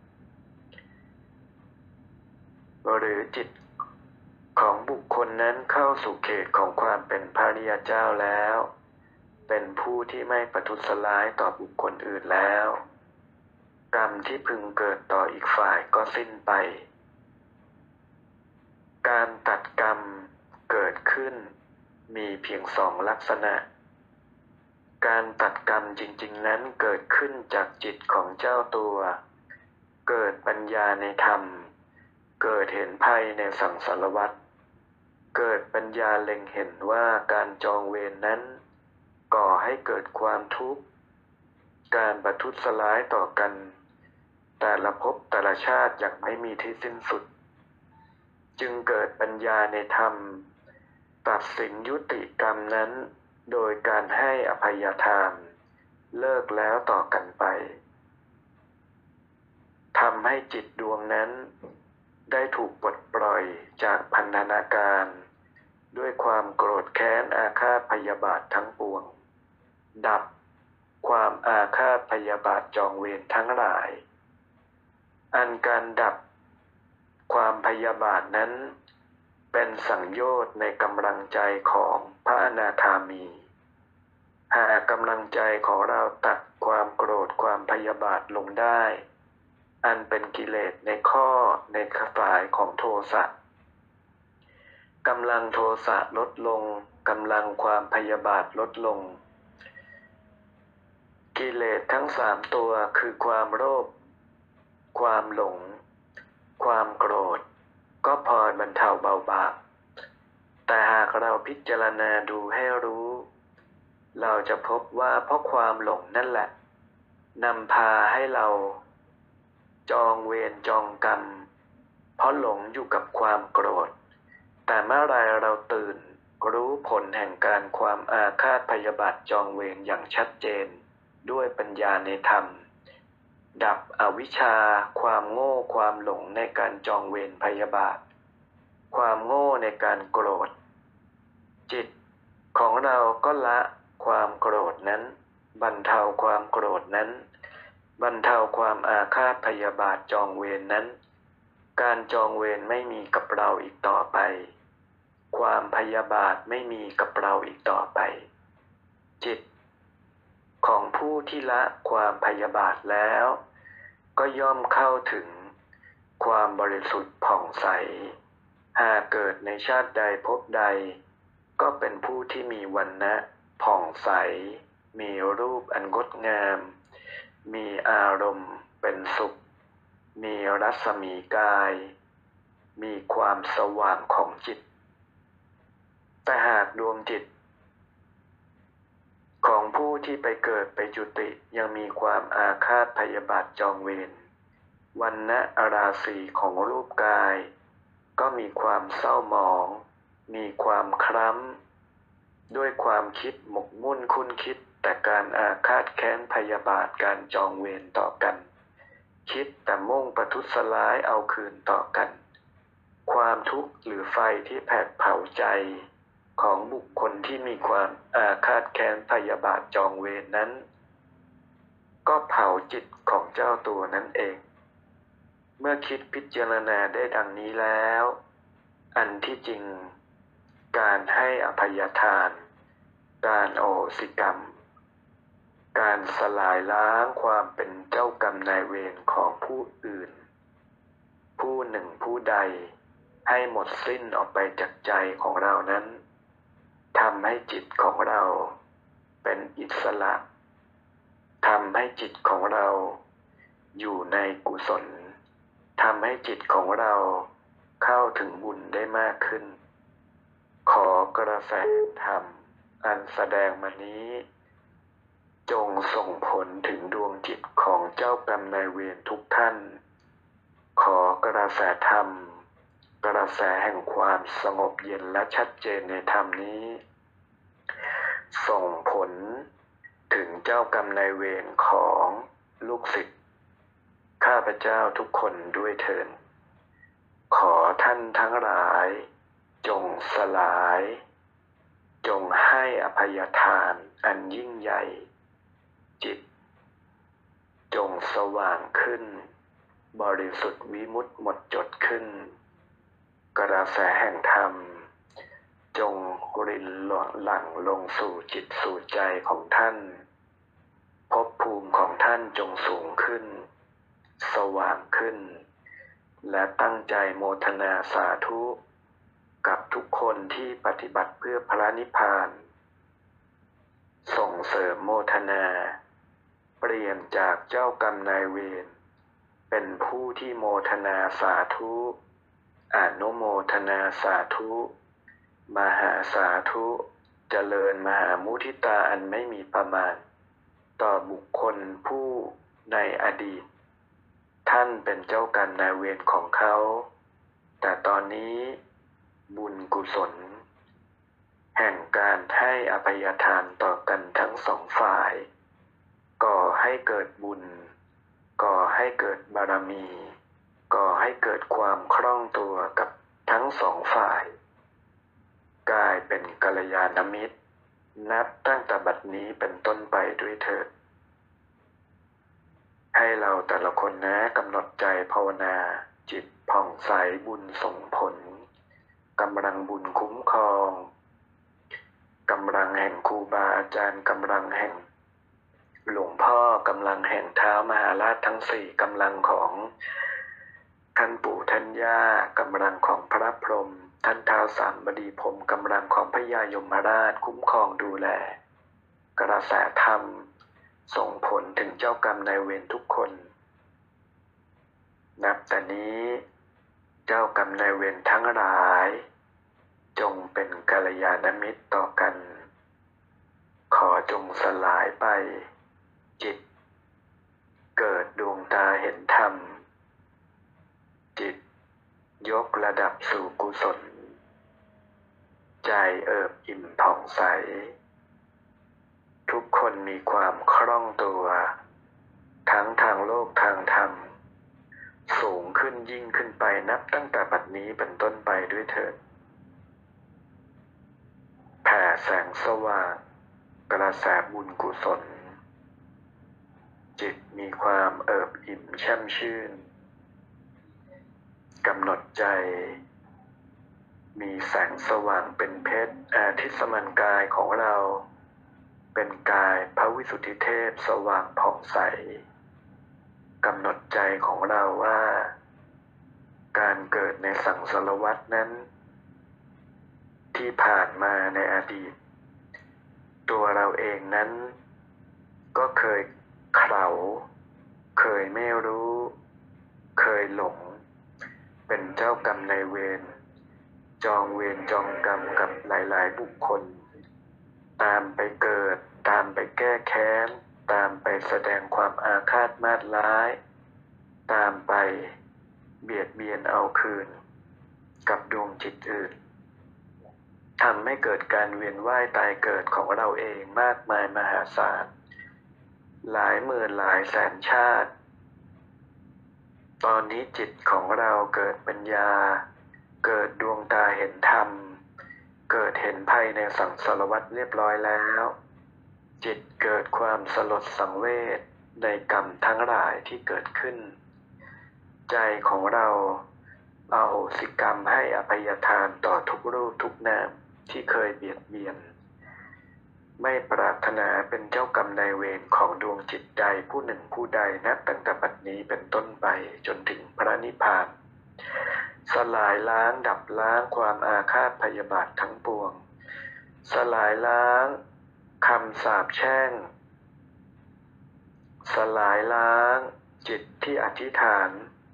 หรือจิตของบุคคลนั้นเข้าสู่เขตของความเป็นพระริยเจ้าแล้วเป็นผู้ที่ไม่ประทุษร้ายต่อบุคคลอื่นแล้วกรรมที่พึงเกิดต่ออีกฝ่ายก็สิ้นไปการตัดกรรมเกิดขึ้นมีเพียงสองลักษณะการตัดกรรมจริงๆนั้นเกิดขึ้นจากจิตของเจ้าตัวเกิดปัญญาในธรรมเกิดเห็นภัยในสังสารวัฏเกิดปัญญาเล็งเห็นว่าการจองเวรนั้นก่อให้เกิดความทุกข์การประทุษร้ายต่อกันแต่ละภพแต่ละชาติอย่างไม่มีที่สิ้นสุดจึงเกิดปัญญาในธรรมตัดสินยุติกรรมนั้นโดยการให้อภัยทานเลิกแล้วต่อกันไปทำให้จิตดวงนั้นได้ถูกปลดปล่อยจากพันธนาการด้วยความโกรธแค้นอาฆาตพยาบาททั้งปวงดับความอาฆาตพยาบาทจองเวรทั้งหลายอันการดับความพยาบาทนั้นเป็นสังโยชน์ในกำลังใจของพระอนาคามีหากกำลังใจของเราตัดความโกรธความพยาบาทลงได้อันเป็นกิเลสในข้อในฝ่ายของโทสะกำลังโทสะลดลงกำลังความพยาบาทลดลงกิเลสทั้งสามตัวคือความโลภความหลงความโกรธก็พอบรรเทาเบาบางแต่หากเราพิจารณาดูให้รู้เราจะพบว่าเพราะความหลงนั่นแหละนำพาให้เราจองเวรจองกรรมเพราะหลงอยู่กับความโกรธแต่เมื่อไรเราตื่นรู้ผลแห่งการความอาฆาตพยาบาทจองเวรอย่างชัดเจนด้วยปัญญาในธรรมดับอวิชชาความโง่ความหลงในการจองเวรพยาบาทความโง่ในการโกรธจิตของเราก็ละความโกรธนั้นบรรเทาความโกรธนั้นบรรเทาความอาฆาตพยาบาทจองเวรนั้นการจองเวรไม่มีกับเราอีกต่อไปความพยาบาทไม่มีกับเราอีกต่อไปจิตของผู้ที่ละความพยาบาทแล้วก็ย่อมเข้าถึงความบริสุทธิ์ผ่องใสหากเกิดในชาติใดภพใดก็เป็นผู้ที่มีวรรณะผ่องใสมีรูปอันงดงามมีอารมณ์เป็นสุขมีรัศมีกายมีความสว่างของจิตแต่หากดวงจิตของผู้ที่ไปเกิดไปจุติยังมีความอาฆาตพยาบาทจองเวรวรรณะอราศีของรูปกายก็มีความเศร้าหมองมีความคล้ำด้วยความคิดหมกมุ่นคุ้นคิดแต่การอาฆาตแค้นพยาบาทการจองเวรต่อกันคิดแต่มุ่งประทุษร้ายเอาคืนต่อกันความทุกข์หรือไฟที่แผดเผาใจของบุคคลที่มีความอาฆาตแค้นพยาบาทจองเวรนั้นก็เผาจิตของเจ้าตัวนั้นเองเมื่อคิดพิจารณาได้ดังนี้แล้ว อันที่จริงการให้อภัยทาน การโอโหสิกรรม การสลายล้างความเป็นเจ้ากรรมนายเวรของผู้อื่น ผู้หนึ่งผู้ใดให้หมดสิ้นออกไปจากใจของเรานั้นทำให้จิตของเราเป็นอิสระทำให้จิตของเราอยู่ในกุศลทำให้จิตของเราเข้าถึงบุญได้มากขึ้น ขอกระแสธรรมอันแสดงมานี้จงส่งผลถึงดวงจิตของเจ้ากรรมนายเวรทุกท่าน ขอกระแสธรรมกระแสแห่งความสงบเย็นและชัดเจนในธรรมนี้ส่งผลถึงเจ้ากรรมนายเวรของลูกศิษย์ข้าพเจ้าทุกคนด้วยเถิดขอท่านทั้งหลายจงสลายจงให้อภัยทานอันยิ่งใหญ่จิตจงสว่างขึ้นบริสุทธิ์วิมุตติหมดจดขึ้นกระแสแห่งธรรมจงรินหลั่งลงสู่จิตสู่ใจของท่านภพภูมิของท่านจงสูงขึ้นสว่างขึ้นและตั้งใจโมทนาสาธุกับทุกคนที่ปฏิบัติเพื่อพระนิพพานส่งเสริมโมทนาเปลี่ยนจากเจ้ากรรมนายเวรเป็นผู้ที่โมทนาสาธุอนุโมทนาสาธุมหาสาธุเจริญมหามุทิตาอันไม่มีประมาณต่อบุคคลผู้ในอดีตท่านเป็นเจ้ากรรมนายเวรของเขาแต่ตอนนี้บุญกุศลแห่งการให้อภัยทานต่อกันทั้งสองฝ่ายก่อให้เกิดบุญก่อให้เกิดบารมีก่อให้เกิดความคล่องตัวกับทั้งสองฝ่ายกลายเป็นกัลยาณมิตรนับตั้งแต่บัดนี้เป็นต้นไปด้วยเถิดให้เราแต่ละคนนะกำหนดใจภาวนาจิตผ่องใสบุญส่งผลกำลังบุญคุ้มครองกำลังแห่งครูบาอาจารย์กำลังแห่งหลวงพ่อกำลังแห่งเท้ามหาราชทั้งสี่กำลังของท่านปู่ท่านย่ากำลังของพระพรหมท่านท้าวสามบดีพรหมกำลังของพญายมราชคุ้มครองดูแลกระแสธรรมส่งผลถึงเจ้ากรรมนายเวรทุกคนนับแต่นี้เจ้ากรรมนายเวรทั้งหลายจงเป็นกัลยาณมิตรต่อกันขอจงสลายไปจิตเกิดดวงตาเห็นธรรมจิตยกระดับสู่กุศลใจเอิบอิ่มผ่องใสทุกคนมีความคล่องตัวทั้งทางโลกทางธรรมสูงขึ้นยิ่งขึ้นไปนับตั้งแต่บัดนี้เป็นต้นไปด้วยเถิดแผ่แสงสว่างกระแสบุญกุศลจิตมีความเอิบอิ่มแช่มชื่นกำหนดใจมีแสงสว่างเป็นเพชรอาทิตย์สมันกายของเราเป็นกายพระวิสุทธิเทพสว่างผ่องใสกำหนดใจของเราว่าการเกิดในสังสารวัฏนั้นที่ผ่านมาในอดีตตัวเราเองนั้นก็เคยเขลาเคยไม่รู้เคยหลงเป็นเจ้ากรรมนายเวรจองเวรจองกรรมกับหลายๆบุคคลตามไปเกิดตามไปแก้แค้นตามไปแสดงความอาฆาตมาตร้ายตามไปเบียดเบียนเอาคืนกับดวงจิตอื่นทำให้เกิดการเวียนว่ายตายเกิดของเราเองมากมายมหาศาลหลายหมื่นหลายแสนชาติตอนนี้จิตของเราเกิดปัญญาเกิดดวงตาเห็นธรรมเกิดเห็นภัยในสังสารวัฏเรียบร้อยแล้วจิตเกิดความสลดสังเวชในกรรมทั้งหลายที่เกิดขึ้นใจของเราอโหสิกรรมให้อภัยทานต่อทุกรูปทุกนามที่เคยเบียดเบียนไม่ปรารถนาเป็นเจ้ากรรมนายเวรของดวงจิตใดผู้หนึ่งผู้ใดนับตั้งแต่บัดนี้เป็นต้นไปจนถึงพระนิพพานสลายล้างดับล้างความอาฆาตพยาบาททั้งปวงสลายล้างคำสาปแช่งสลายล้างจิตที่อธิษฐาน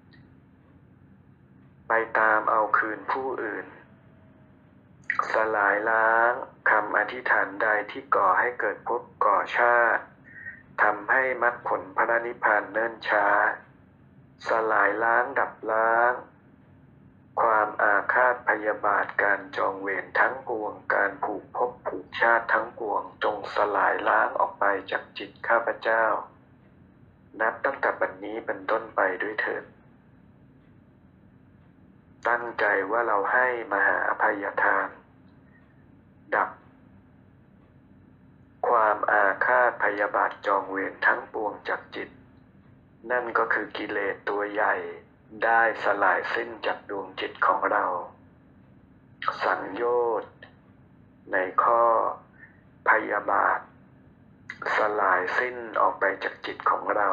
ไปตามเอาคืนผู้อื่นสลายล้างคำอธิษฐานใดที่ก่อให้เกิดภพก่อชาติทำให้มรรคผลพระนิพพานเนิ่นช้าสลายล้างดับล้างความอาฆาตพยาบาทการจองเวรทั้งปวงการผูกภพผูกชาติทั้งปวงจงสลายล้างออกไปจากจิตข้าพเจ้านับตั้งแต่บัดนี้เป็นต้นไปด้วยเถิดตั้งใจว่าเราให้มหาอภัยทานดับความอาฆาตพยาบาทจองเวรทั้งปวงจากจิตนั่นก็คือกิเลสตัวใหญ่ได้สลายสิ้นจากดวงจิตของเราสังโยชน์ในข้อพยาบาทสลายสิ้นออกไปจากจิตของเรา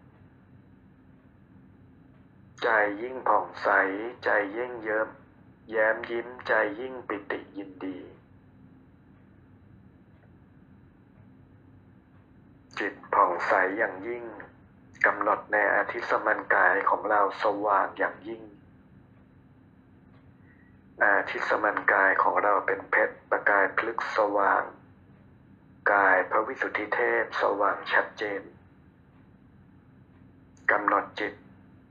ใจยิ่งผ่องใสใจยิ่งเยิ้มแย้มยิ้มใจยิ่งปิติยินดีจิตผ่องใสอย่างยิ่งกำหนดในอาทิสมันกายของเราสว่างอย่างยิ่งอาทิสมันกายของเราเป็นเพชรประกายพลึกสว่างกายพระวิสุทธิเทพสว่างชัดเจนกำหนดจิต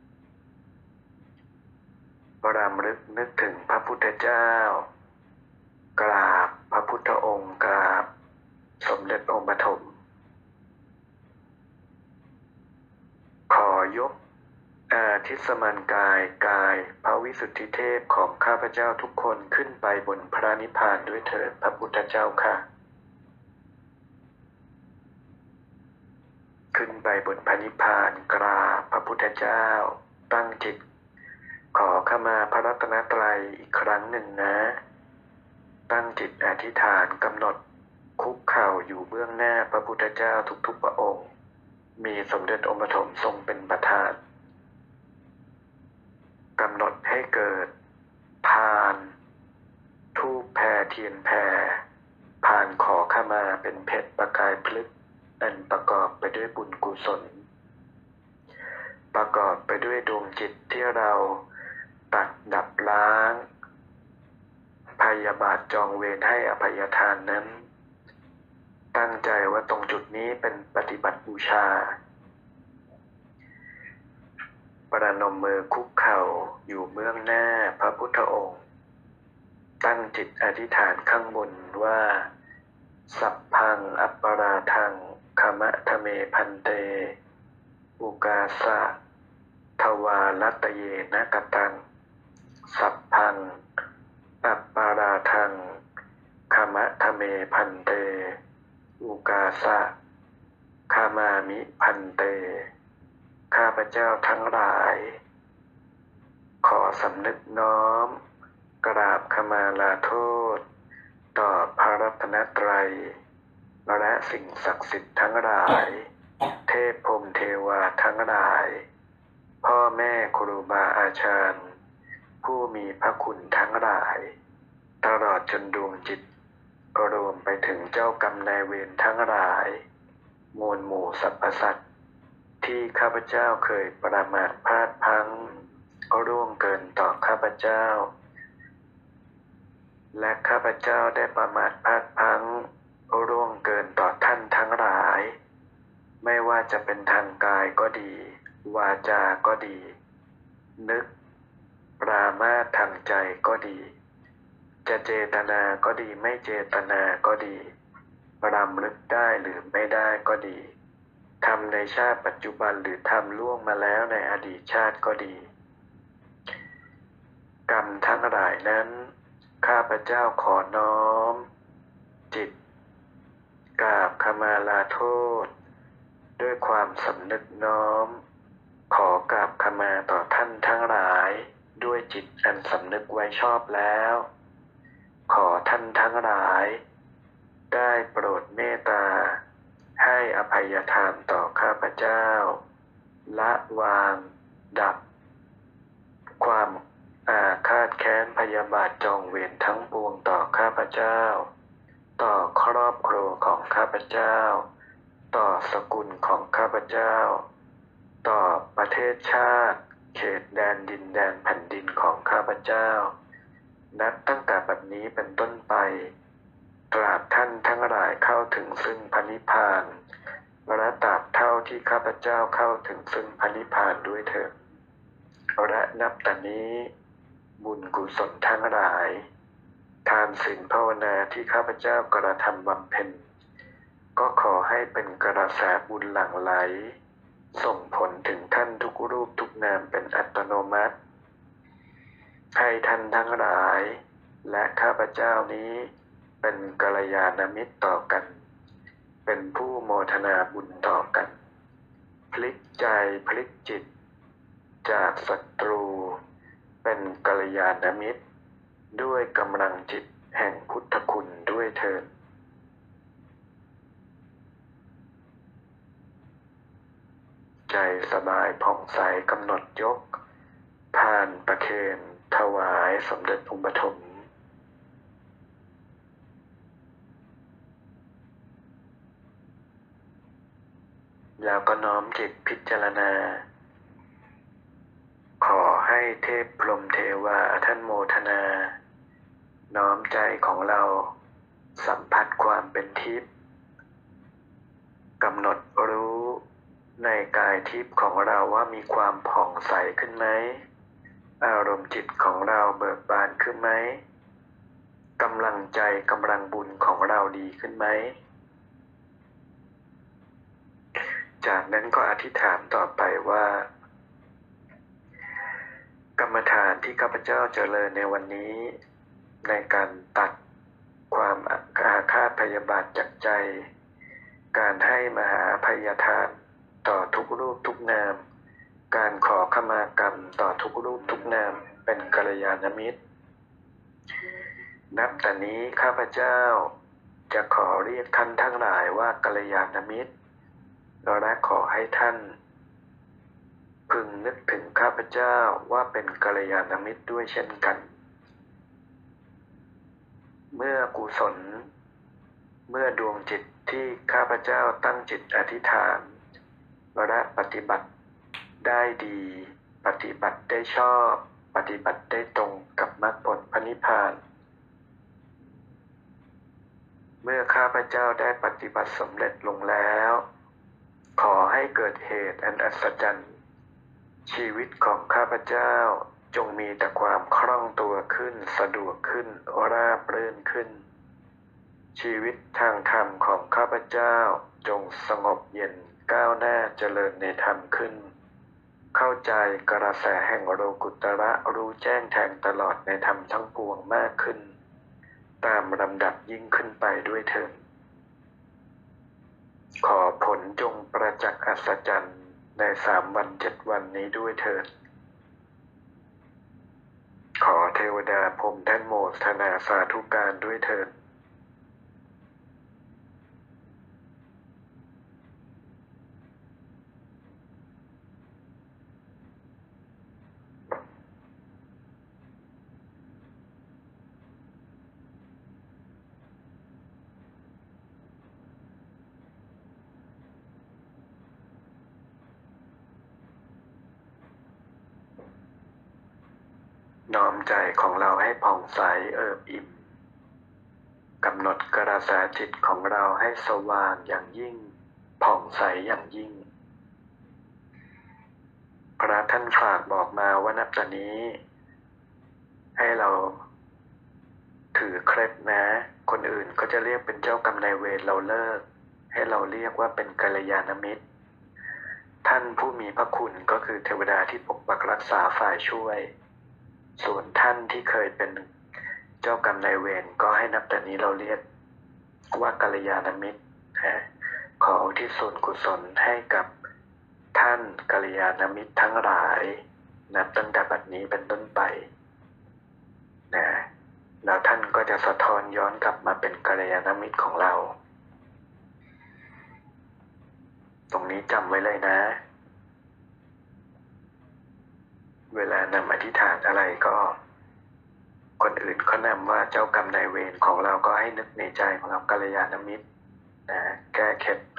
รำลึกนึกถึงพระพุทธเจ้ากราบพระพุทธองค์กราบสมเด็จองค์ปฐมขอยกอาทิสมันกายกายพระวิสุทธิเทพของข้าพเจ้าทุกคนขึ้นไปบนพระนิพพานด้วยเถิดพระพุทธเจ้าค่ะขึ้นไปบนพระนิพพานกราบพระพุทธเจ้าตั้งจิตขอขมาพระรัตนตรัยอีกครั้งหนึ่งนะตั้งจิตอธิษฐานกำหนดคุกเข่าอยู่เบื้องหน้าพระพุทธเจ้าทุกๆพระองค์มีสมเด็จองค์ปฐมทรงเป็นประธานกำหนดให้เกิดพานธูปแผ่เทียนแผ่พานขอขมาเป็นเพชรประกายพลึกอันประกอบไปด้วยบุญกุศลประกอบไปด้วยดวงจิตที่เราตัดดับล้างพยาบาทจองเวรให้อภัยทานนั้นตั้งใจว่าตรงจุดนี้เป็นปฏิบัติบูชาประนมมือคุกเข่าอยู่เบื้องหน้าพระพุทธองค์ตั้งจิตอธิษฐานข้างบนว่าสัพพังอัปปาราทังขมะทะเมพันเตอุกาสะทวาลัตเยนะกตังสัพพังอัปปาราทังขมะทะเมพันเตอุกาสะคามามิพันเตข้าพเจ้าทั้งหลายขอสำนึกน้อมกราบขมาลาโทษต่อพระรัตนตรัยและสิ่งศักดิ์สิทธิ์ทั้งหลายเทพพรหมเทวาทั้งหลายพ่อแม่ครูบาอาจารย์ผู้มีพระคุณทั้งหลายตลอดจนดวงจิตรวมไปถึงเจ้ากรรมนายเวรทั้งหลายมวลหมู่สรรพสัตว์ที่ข้าพเจ้าเคยประมาทพลาดพลั้งร่วงเกินต่อข้าพเจ้าและข้าพเจ้าได้ประมาทพลาดพลั้งร่วงเกินต่อท่านทั้งหลายไม่ว่าจะเป็นทางกายก็ดีวาจาก็ดีนึกปรามาสทางใจก็ดีจะเจตนาก็ดีไม่เจตนาก็ดีรำลึกได้หรือไม่ได้ก็ดีทำในชาติปัจจุบันหรือทำล่วงมาแล้วในอดีตชาติก็ดีกรรมทั้งหลายนั้นข้าพเจ้าขอน้อมจิตกราบขมาลาโทษด้วยความสำนึกน้อมขอกราบขมาต่อท่านทั้งหลายด้วยจิตอันสำนึกไว้ชอบแล้ว ขอท่านทั้งหลายได้โปรดเมตตาให้อภัยทานต่อข้าพเจ้าละวางดับความอาฆาตแค้นพยาบาทจองเวรทั้งปวงต่อข้าพเจ้าต่อครอบครัวของข้าพเจ้าต่อสกุลของข้าพเจ้าต่อประเทศชาติเขตแดนดินแดนแผ่นดินของข้าพเจ้านับตั้งแต่บัดนี้เป็นต้นไปตราบท่านทั้งหลายเข้าถึงซึ่งพระนิพพานและตราบเท่าที่ข้าพเจ้าเข้าถึงซึ่งพระนิพพานด้วยเถิดและนับแต่นี้บุญกุศลทั้งหลายทานศีลภาวนาที่ข้าพเจ้ากระทำบำเพ็ญก็ขอให้เป็นกระแสบุญหลั่งไหลส่งผลถึงท่านทุกรูปทุกนามเป็นอัตโนมัติให้ท่านทั้งหลายและข้าพเจ้านี้เป็นกัลยาณมิตรต่อกันเป็นผู้โมทนาบุญต่อกันพลิกใจพลิกจิตจากศัตรูเป็นกัลยาณมิตรด้วยกำลังจิตแห่งพุทธคุณด้วยเถิดใจสบายผ่องใสกำหนดยกพานประเคนถวายสมเด็จองค์ปฐมแล้วก็น้อมจิตพิจารณาขอให้เทพพรหมเทวาท่านโมทนาน้อมใจของเราสัมผัสความเป็นทิพย์กำหนดรู้ในกายทิพย์ของเราว่ามีความผ่องใสขึ้นไหมอารมณ์จิตของเราเบิกบานขึ้นไหมกำลังใจกำลังบุญของเราดีขึ้นไหมจากนั้นก็อธิษฐานต่อไปว่ากรรมฐานที่ข้าพเจ้าเจริญในวันนี้ในการตัดความอาฆาตพยาบาทจากใจการให้มหาอภัยทานต่อทุกรูปทุกนามการขอขมากรรมต่อทุกรูปทุกนามเป็นกัลยาณมิตรนับแต่นี้ข้าพเจ้าจะขอเรียกท่านทั้งหลายว่ากัลยาณมิตรและขอให้ท่านพึงนึกถึงข้าพเจ้าว่าเป็นกัลยาณมิตรด้วยเช่นกันเมื่อกุศลเมื่อดวงจิตที่ข้าพเจ้าตั้งจิตอธิษฐานและปฏิบัติได้ดีปฏิบัติได้ชอบปฏิบัติได้ตรงกับมรรคผลพระนิพพานเมื่อข้าพเจ้าได้ปฏิบัติสำเร็จลงแล้วขอให้เกิดเหตุอันอัศจรรย์ชีวิตของข้าพเจ้าจงมีแต่ความคล่องตัวขึ้นสะดวกขึ้นราบรื่นขึ้นชีวิตทางธรรมของข้าพเจ้าจงสงบเย็นก้าวหน้าเจริญในธรรมขึ้นเข้าใจกระแสแห่งโลกุตระรู้แจ้งแทงตลอดในธรรมทั้งปวงมากขึ้นตามลำดับยิ่งขึ้นไปด้วยเถิดขอผลจงประจักษ์อัศจรรย์ในสามวันเจ็ดวันนี้ด้วยเถิดขอเทวดาพรหมท่านโมทนาสาธุการด้วยเถิดน้อมใจของเราให้ผ่องใสเอิบอิ่มกำหนดกระแสจิตของเราให้สว่างอย่างยิ่งผ่องใสอย่างยิ่งพระท่านฝากบอกมาว่านับจากนี้ให้เราถือเคล็ดนะคนอื่นก็จะเรียกเป็นเจ้ากรรมนายเวรเราเลิกให้เราเรียกว่าเป็นกัลยาณมิตรท่านผู้มีพระคุณก็คือเทวดาที่ปกปักรักษาฝ่ายช่วยส่วนท่านที่เคยเป็นเจ้ากรรมนายเวรก็ให้นับแต่นี้เราเรียกว่ากัลยาณมิตรขออุทิศส่วนกุศลให้กับท่านกัลยาณมิตรทั้งหลายนับตั้งแต่บัดนี้เป็นต้นไปนะแล้วท่านก็จะสะท้อนย้อนกลับมาเป็นกัลยาณมิตรของเรา ตรงนี้จำไว้เลยนะเวลานำอธิษฐานอะไรก็คนอื่นเขานำว่าเจ้ากรรมนายเวรของเราก็ให้นึกในใจของเรากัลยาณมิตรนะแก้เคล็ดไป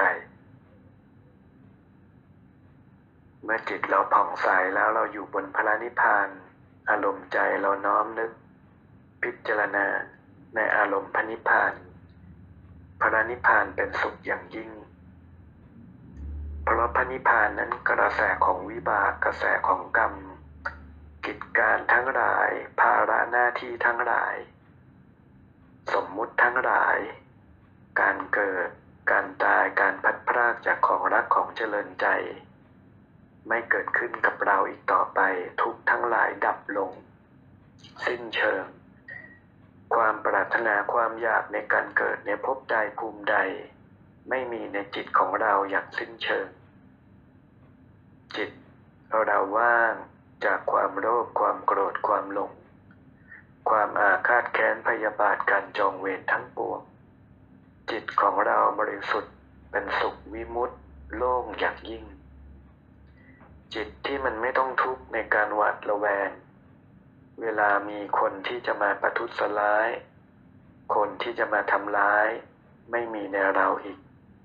เมื่อจิตเราผ่องใสแล้วเราอยู่บนพระนิพพานอารมณ์ใจเราน้อมนึกพิจารณาในอารมณ์พระนิพพานพระนิพพานเป็นสุขอย่างยิ่งเพราะพระนิพพานนั้นกระแสของวิบากกระแสของกรรมกิจการทั้งหลายภาระหน้าที่ทั้งหลายสมมุติทั้งหลายการเกิดการตายการพัดพรากจากของรักของเจริญใจไม่เกิดขึ้นกับเราอีกต่อไปทุกทั้งหลายดับลงสิ้นเชิงความปรารถนาความอยากในการเกิดในภพใดภูมิใดไม่มีในจิตของเราอย่างสิ้นเชิงจิตเราว่างจากความโลภความโกรธความหลงความอาฆาตแค้นพยาบาทการจองเวรทั้งปวงจิตของเราบริสุทธิ์เป็นสุขวิมุตติโล่งอย่างยิ่งจิตที่มันไม่ต้องทุกข์ในการหวาดระแวงเวลามีคนที่จะมาประทุษร้ายคนที่จะมาทำร้ายไม่มีในเราอีก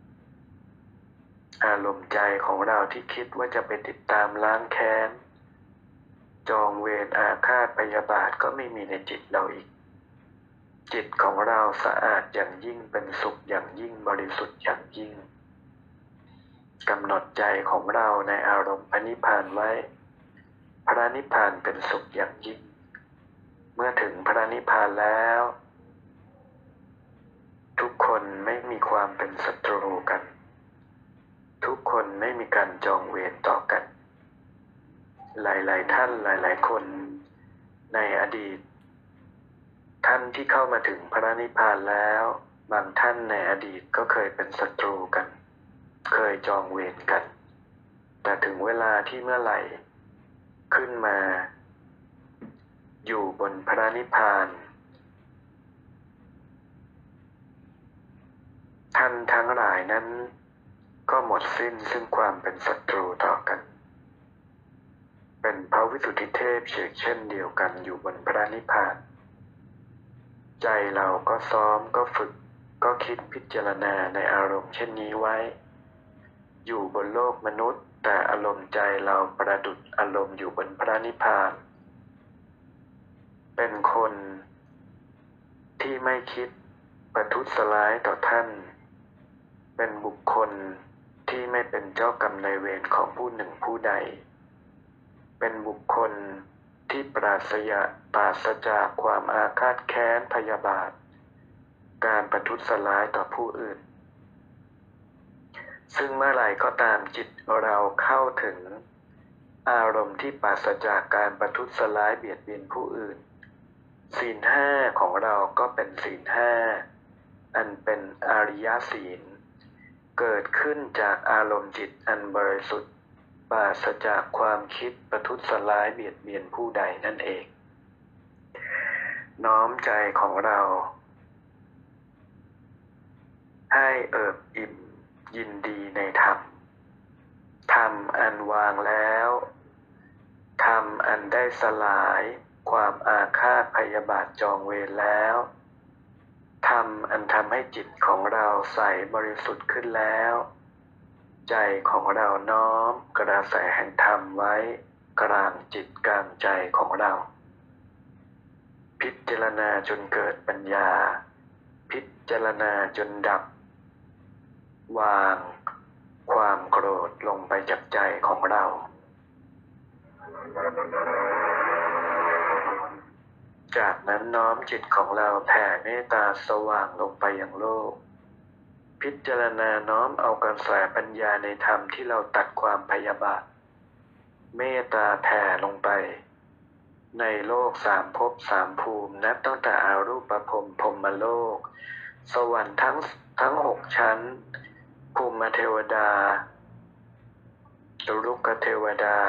อารมณ์ใจของเราที่คิดว่าจะไปติดตามล้างแค้นจองเวรอาฆาตพยาบาทก็ไม่มีในจิตเราอีกจิตของเราสะอาดอย่างยิ่งเป็นสุขอย่างยิ่งบริสุทธิ์อย่างยิ่งกำหนดใจของเราในอารมณ์พระนิพพานไว้พระนิพพานเป็นสุขอย่างยิ่งเมื่อถึงพระนิพพานแล้วทุกคนไม่มีความเป็นศัตรูกันทุกคนไม่มีการจองเวรต่อกันหลายๆท่านหลายๆคนในอดีตท่านที่เข้ามาถึงพระนิพพานแล้วบางท่านในอดีตก็เคยเป็นศัตรูกันเคยจองเวรกันแต่ถึงเวลาที่เมื่อไหร่ขึ้นมาอยู่บนพระนิพพานท่านทั้งหลายนั้นก็หมดสิ้นซึ่งความเป็นศัตรูต่อกันเป็นพระวิสุทธิเทพเช่นเดียวกันอยู่บนพระนิพพานใจเราก็ซ้อมก็ฝึกก็คิดพิจารณาในอารมณ์เช่นนี้ไว้อยู่บนโลกมนุษย์แต่อารมณ์ใจเราประดุจอารมณ์อยู่บนพระนิพพานเป็นคนที่ไม่คิดประทุษร้ายต่อท่านเป็นบุคคลที่ไม่เป็นเจ้ากรรมนายเวรของผู้หนึ่งผู้ใดเป็นบุคคลที่ปราศยะปราศจากความอาฆาตแค้นพยาบาทการประทุษร้ายต่อผู้อื่นซึ่งเมื่อไหร่ก็ตามจิตเราเข้าถึงอารมณ์ที่ปราศจากการประทุษร้ายเบียดเบียนผู้อื่นศีลห้าของเราก็เป็นศีลห้าอันเป็นอริยศีลเกิดขึ้นจากอารมณ์จิตอันบริสุทธิ์ปราศจากความคิดประทุษร้ายเบียดเบียนผู้ใดนั่นเองน้อมใจของเราให้เอิบอิ่มยินดีในธรรมธรรมอันวางแล้วธรรมอันได้สลายความอาฆาตพยาบาทจองเวรแล้วธรรมอันทำให้จิตของเราใสบริสุทธิ์ขึ้นแล้วใจของเราน้อมกระแสแห่งธรรมไว้กลางจิตกลางใจของเราพิจารณาจนเกิดปัญญาพิจารณาจนดับวางความโกรธลงไปจากใจของเราจากนั้นน้อมจิตของเราแผ่เมตตาสว่างลงไปยังโลกพิจารณาน้อมเอากระแสปัญญาในธรรมที่เราตัดความพยาบาทเมตตาแผ่ลงไปในโลกสามภพสามภูมินับตั้งแต่อารูปภพพรหมโลกสวรรค์ทั้งทั้งหกชั้นภูมิเทวดาตุรุกเทวดา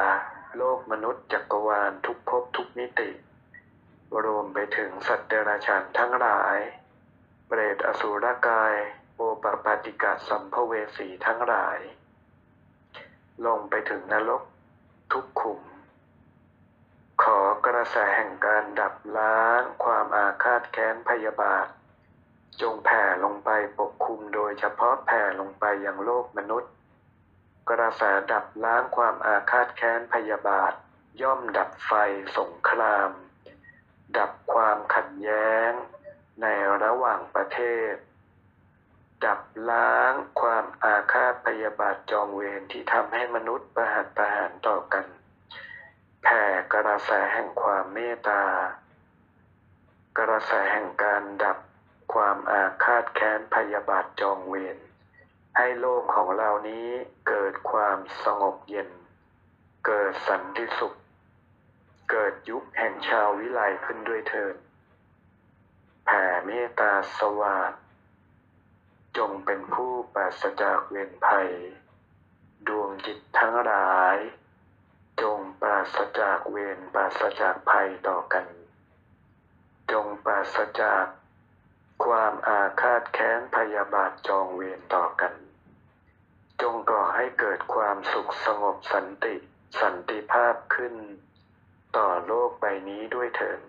โลกมนุษย์จักรวาลทุกภพทุกมิติรวมไปถึงสัตว์เดรัจฉานทั้งหลายเปรตอสุรกายโอปปาติกะสัมภเวสีทั้งหลายลงไปถึงนรกทุกขุมขอกระแสแห่งการดับล้างความอาฆาตแค้นพยาบาทจงแผ่ลงไปปกคลุมโดยเฉพาะแผ่ลงไปยังโลกมนุษย์กระแสดับล้างความอาฆาตแค้นพยาบาทย่อมดับไฟสงครามดับความขัดแย้งในระหว่างประเทศดับล้างความอาฆาตพยาบาทจองเวรที่ทำให้มนุษย์ประหัตประหารต่อกันแผ่กระแสแห่งความเมตตากระแสแห่งการดับความอาฆาตแค้นพยาบาทจองเวรให้โลกของเรานี้เกิดความสงบเย็นเกิดสันติสุขเกิดยุคแห่งชาววิไลขึ้นด้วยเถิดแผ่เมตตาสวาทจงเป็นผู้ปราศจากเวรภัยดวงจิตทั้งหลายจงปราศจากเวรปราศจากภัยต่อกันจงปราศจากความอาฆาตแค้นพยาบาทจองเวรต่อกันจงก่อให้เกิดความสุขสงบสันติสันติภาพขึ้นต่อโลกใบนี้ด้วยเถิด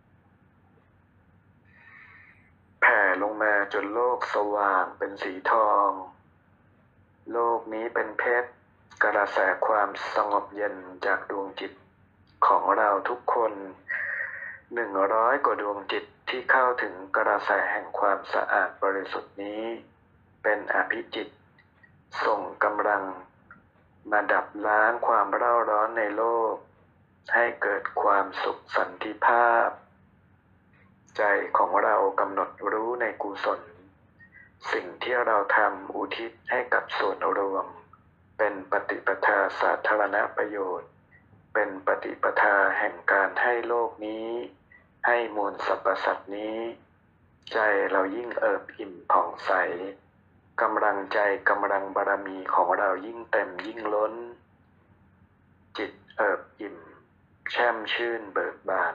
แผ่ลงมาจนโลกสว่างเป็นสีทองโลกนี้เป็นเพชรกระแสความสงบเย็นจากดวงจิตของเราทุกคนหนึ่งร้อยกว่าดวงจิตที่เข้าถึงกระแสแห่งความสะอาดบริสุทธิ์นี้เป็นอภิจิตส่งกำลังมาดับล้างความเร่าร้อนในโลกให้เกิดความสุขสันติภาพใจของเรากำหนดรู้ในกุศลสิ่งที่เราทำอุทิศให้กับส่วนรวมเป็นปฏิปทาสาธารณประโยชน์เป็นปฏิปทาแห่งการให้โลกนี้ให้มวลสรรพสัตว์นี้ใจเรายิ่งเอิบอิ่มผ่องใสกำลังใจกำลังบารมีของเรายิ่งเต็มยิ่งล้นจิตเอิบอิ่มแช่มชื่นเบิกบาน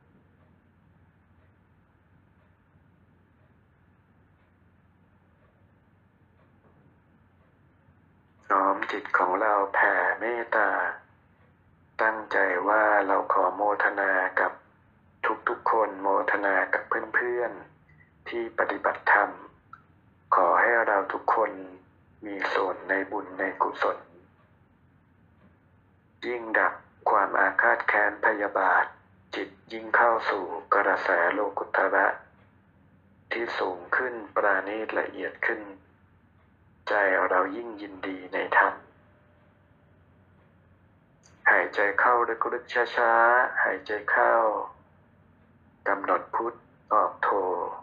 น้อมจิตของเราแผ่เมตตาตั้งใจว่าเราขอโมทนากับทุกๆคนโมทนากับเพื่อนๆที่ปฏิบัติธรรมขอให้เราทุกคนมีส่วนในบุญในกุศลยิ่งดับความอาฆาตแค้นพยาบาทจิตยิ่งเข้าสู่กระแสโลกุตระที่สูงขึ้นปราณีตละเอียดขึ้นใจเรายิ่งยินดีในธรรมหายใจเข้าลึกๆช้าๆหายใจเข้ากำหนดพุทธออกโท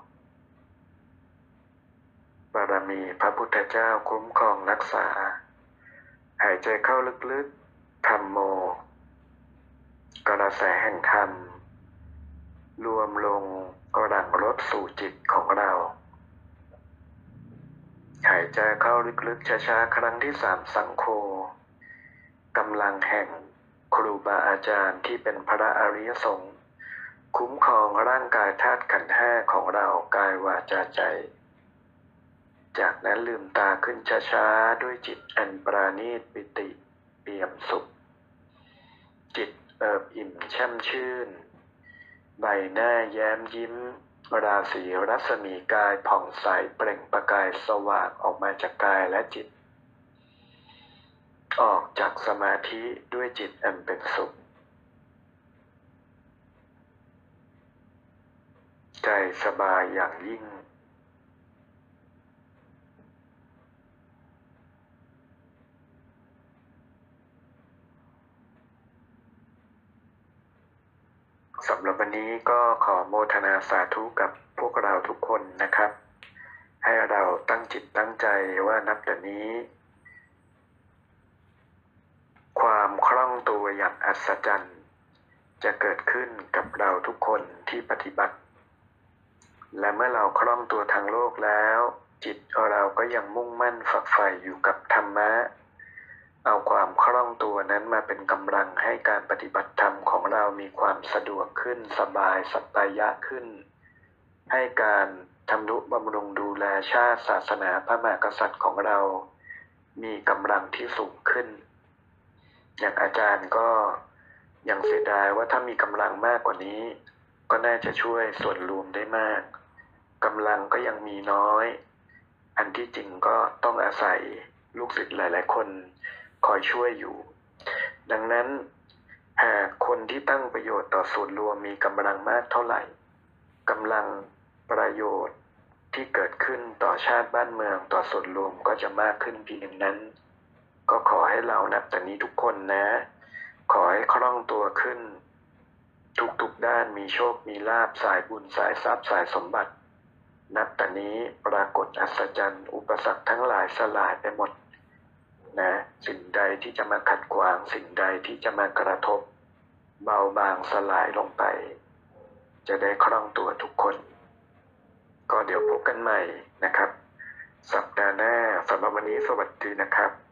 บารมีพระพุทธเจ้าคุ้มครองรักษาหายใจเข้าลึกๆธัมโมกระแสแห่งธรรมรวมลงหลั่งรสสู่จิตของเราหายใจเข้าลึกๆช้าๆครั้งที่สามสังโฆกำลังแห่งครูบาอาจารย์ที่เป็นพระอริยสงฆ์คุ้มครองร่างกายธาตุขันธ์ห้าของเรากายวาจาใจจากนั้นลืมตาขึ้นช้าๆด้วยจิตอันปราณีตปิติเปี่ยมสุขจิตเอิบอิ่มแช่มชื่นใบหน้าแย้มยิ้มราศีรัศมีกายผ่องใสเปล่งประกายสว่างออกมาจากกายและจิตออกจากสมาธิด้วยจิตอันเป็นสุขใจสบายอย่างยิ่งสำหรับวันนี้ก็ขอโมทนาสาธุกับพวกเราทุกคนนะครับให้เราตั้งจิตตั้งใจว่านับแต่นี้ความคล่องตัวอย่างอัศจรรย์จะเกิดขึ้นกับเราทุกคนที่ปฏิบัติและเมื่อเราคล่องตัวทางโลกแล้วจิตเราก็ยังมุ่งมั่นฝักใฝ่อยู่กับธรรมะเอาความคล่องตัวนั้นมาเป็นกำลังให้การปฏิบัติธรรมของเรามีความสะดวกขึ้นสบายสัปปายะขึ้นให้การทำนุบำรุงดูแลชาติศาสนาพระมหากษัตริย์ของเรามีกำลังที่สูงขึ้นอย่างอาจารย์ก็ยังเสียดายว่าถ้ามีกำลังมากกว่านี้ก็น่าจะช่วยส่วนรวมได้มากกำลังก็ยังมีน้อยอันที่จริงก็ต้องอาศัยลูกศิษย์หลายๆคนคอยช่วยอยู่ดังนั้นหากคนที่ตั้งประโยชน์ต่อส่วนรวมมีกำลังมากเท่าไหร่กำลังประโยชน์ที่เกิดขึ้นต่อชาติบ้านเมืองต่อส่วนรวมก็จะมากขึ้นเพียงนั้นก็ขอให้เรานับแต่นี้ทุกคนนะขอให้คล่องตัวขึ้นทุกๆด้านมีโชคมีลาภสายบุญสายทรัพย์สายสมบัตินับแต่นี้ปรากฏอัศจรรย์อุปสรรคทั้งหลายสลายไปหมดนะสิ่งใดที่จะมาขัดขวางสิ่งใดที่จะมากระทบเบาบางสลายลงไปจะได้คล่องตัวทุกคนก็เดี๋ยวพบกันใหม่นะครับสัปดาห์หน้าสำหรับวันนี้สวัสดีนะครับ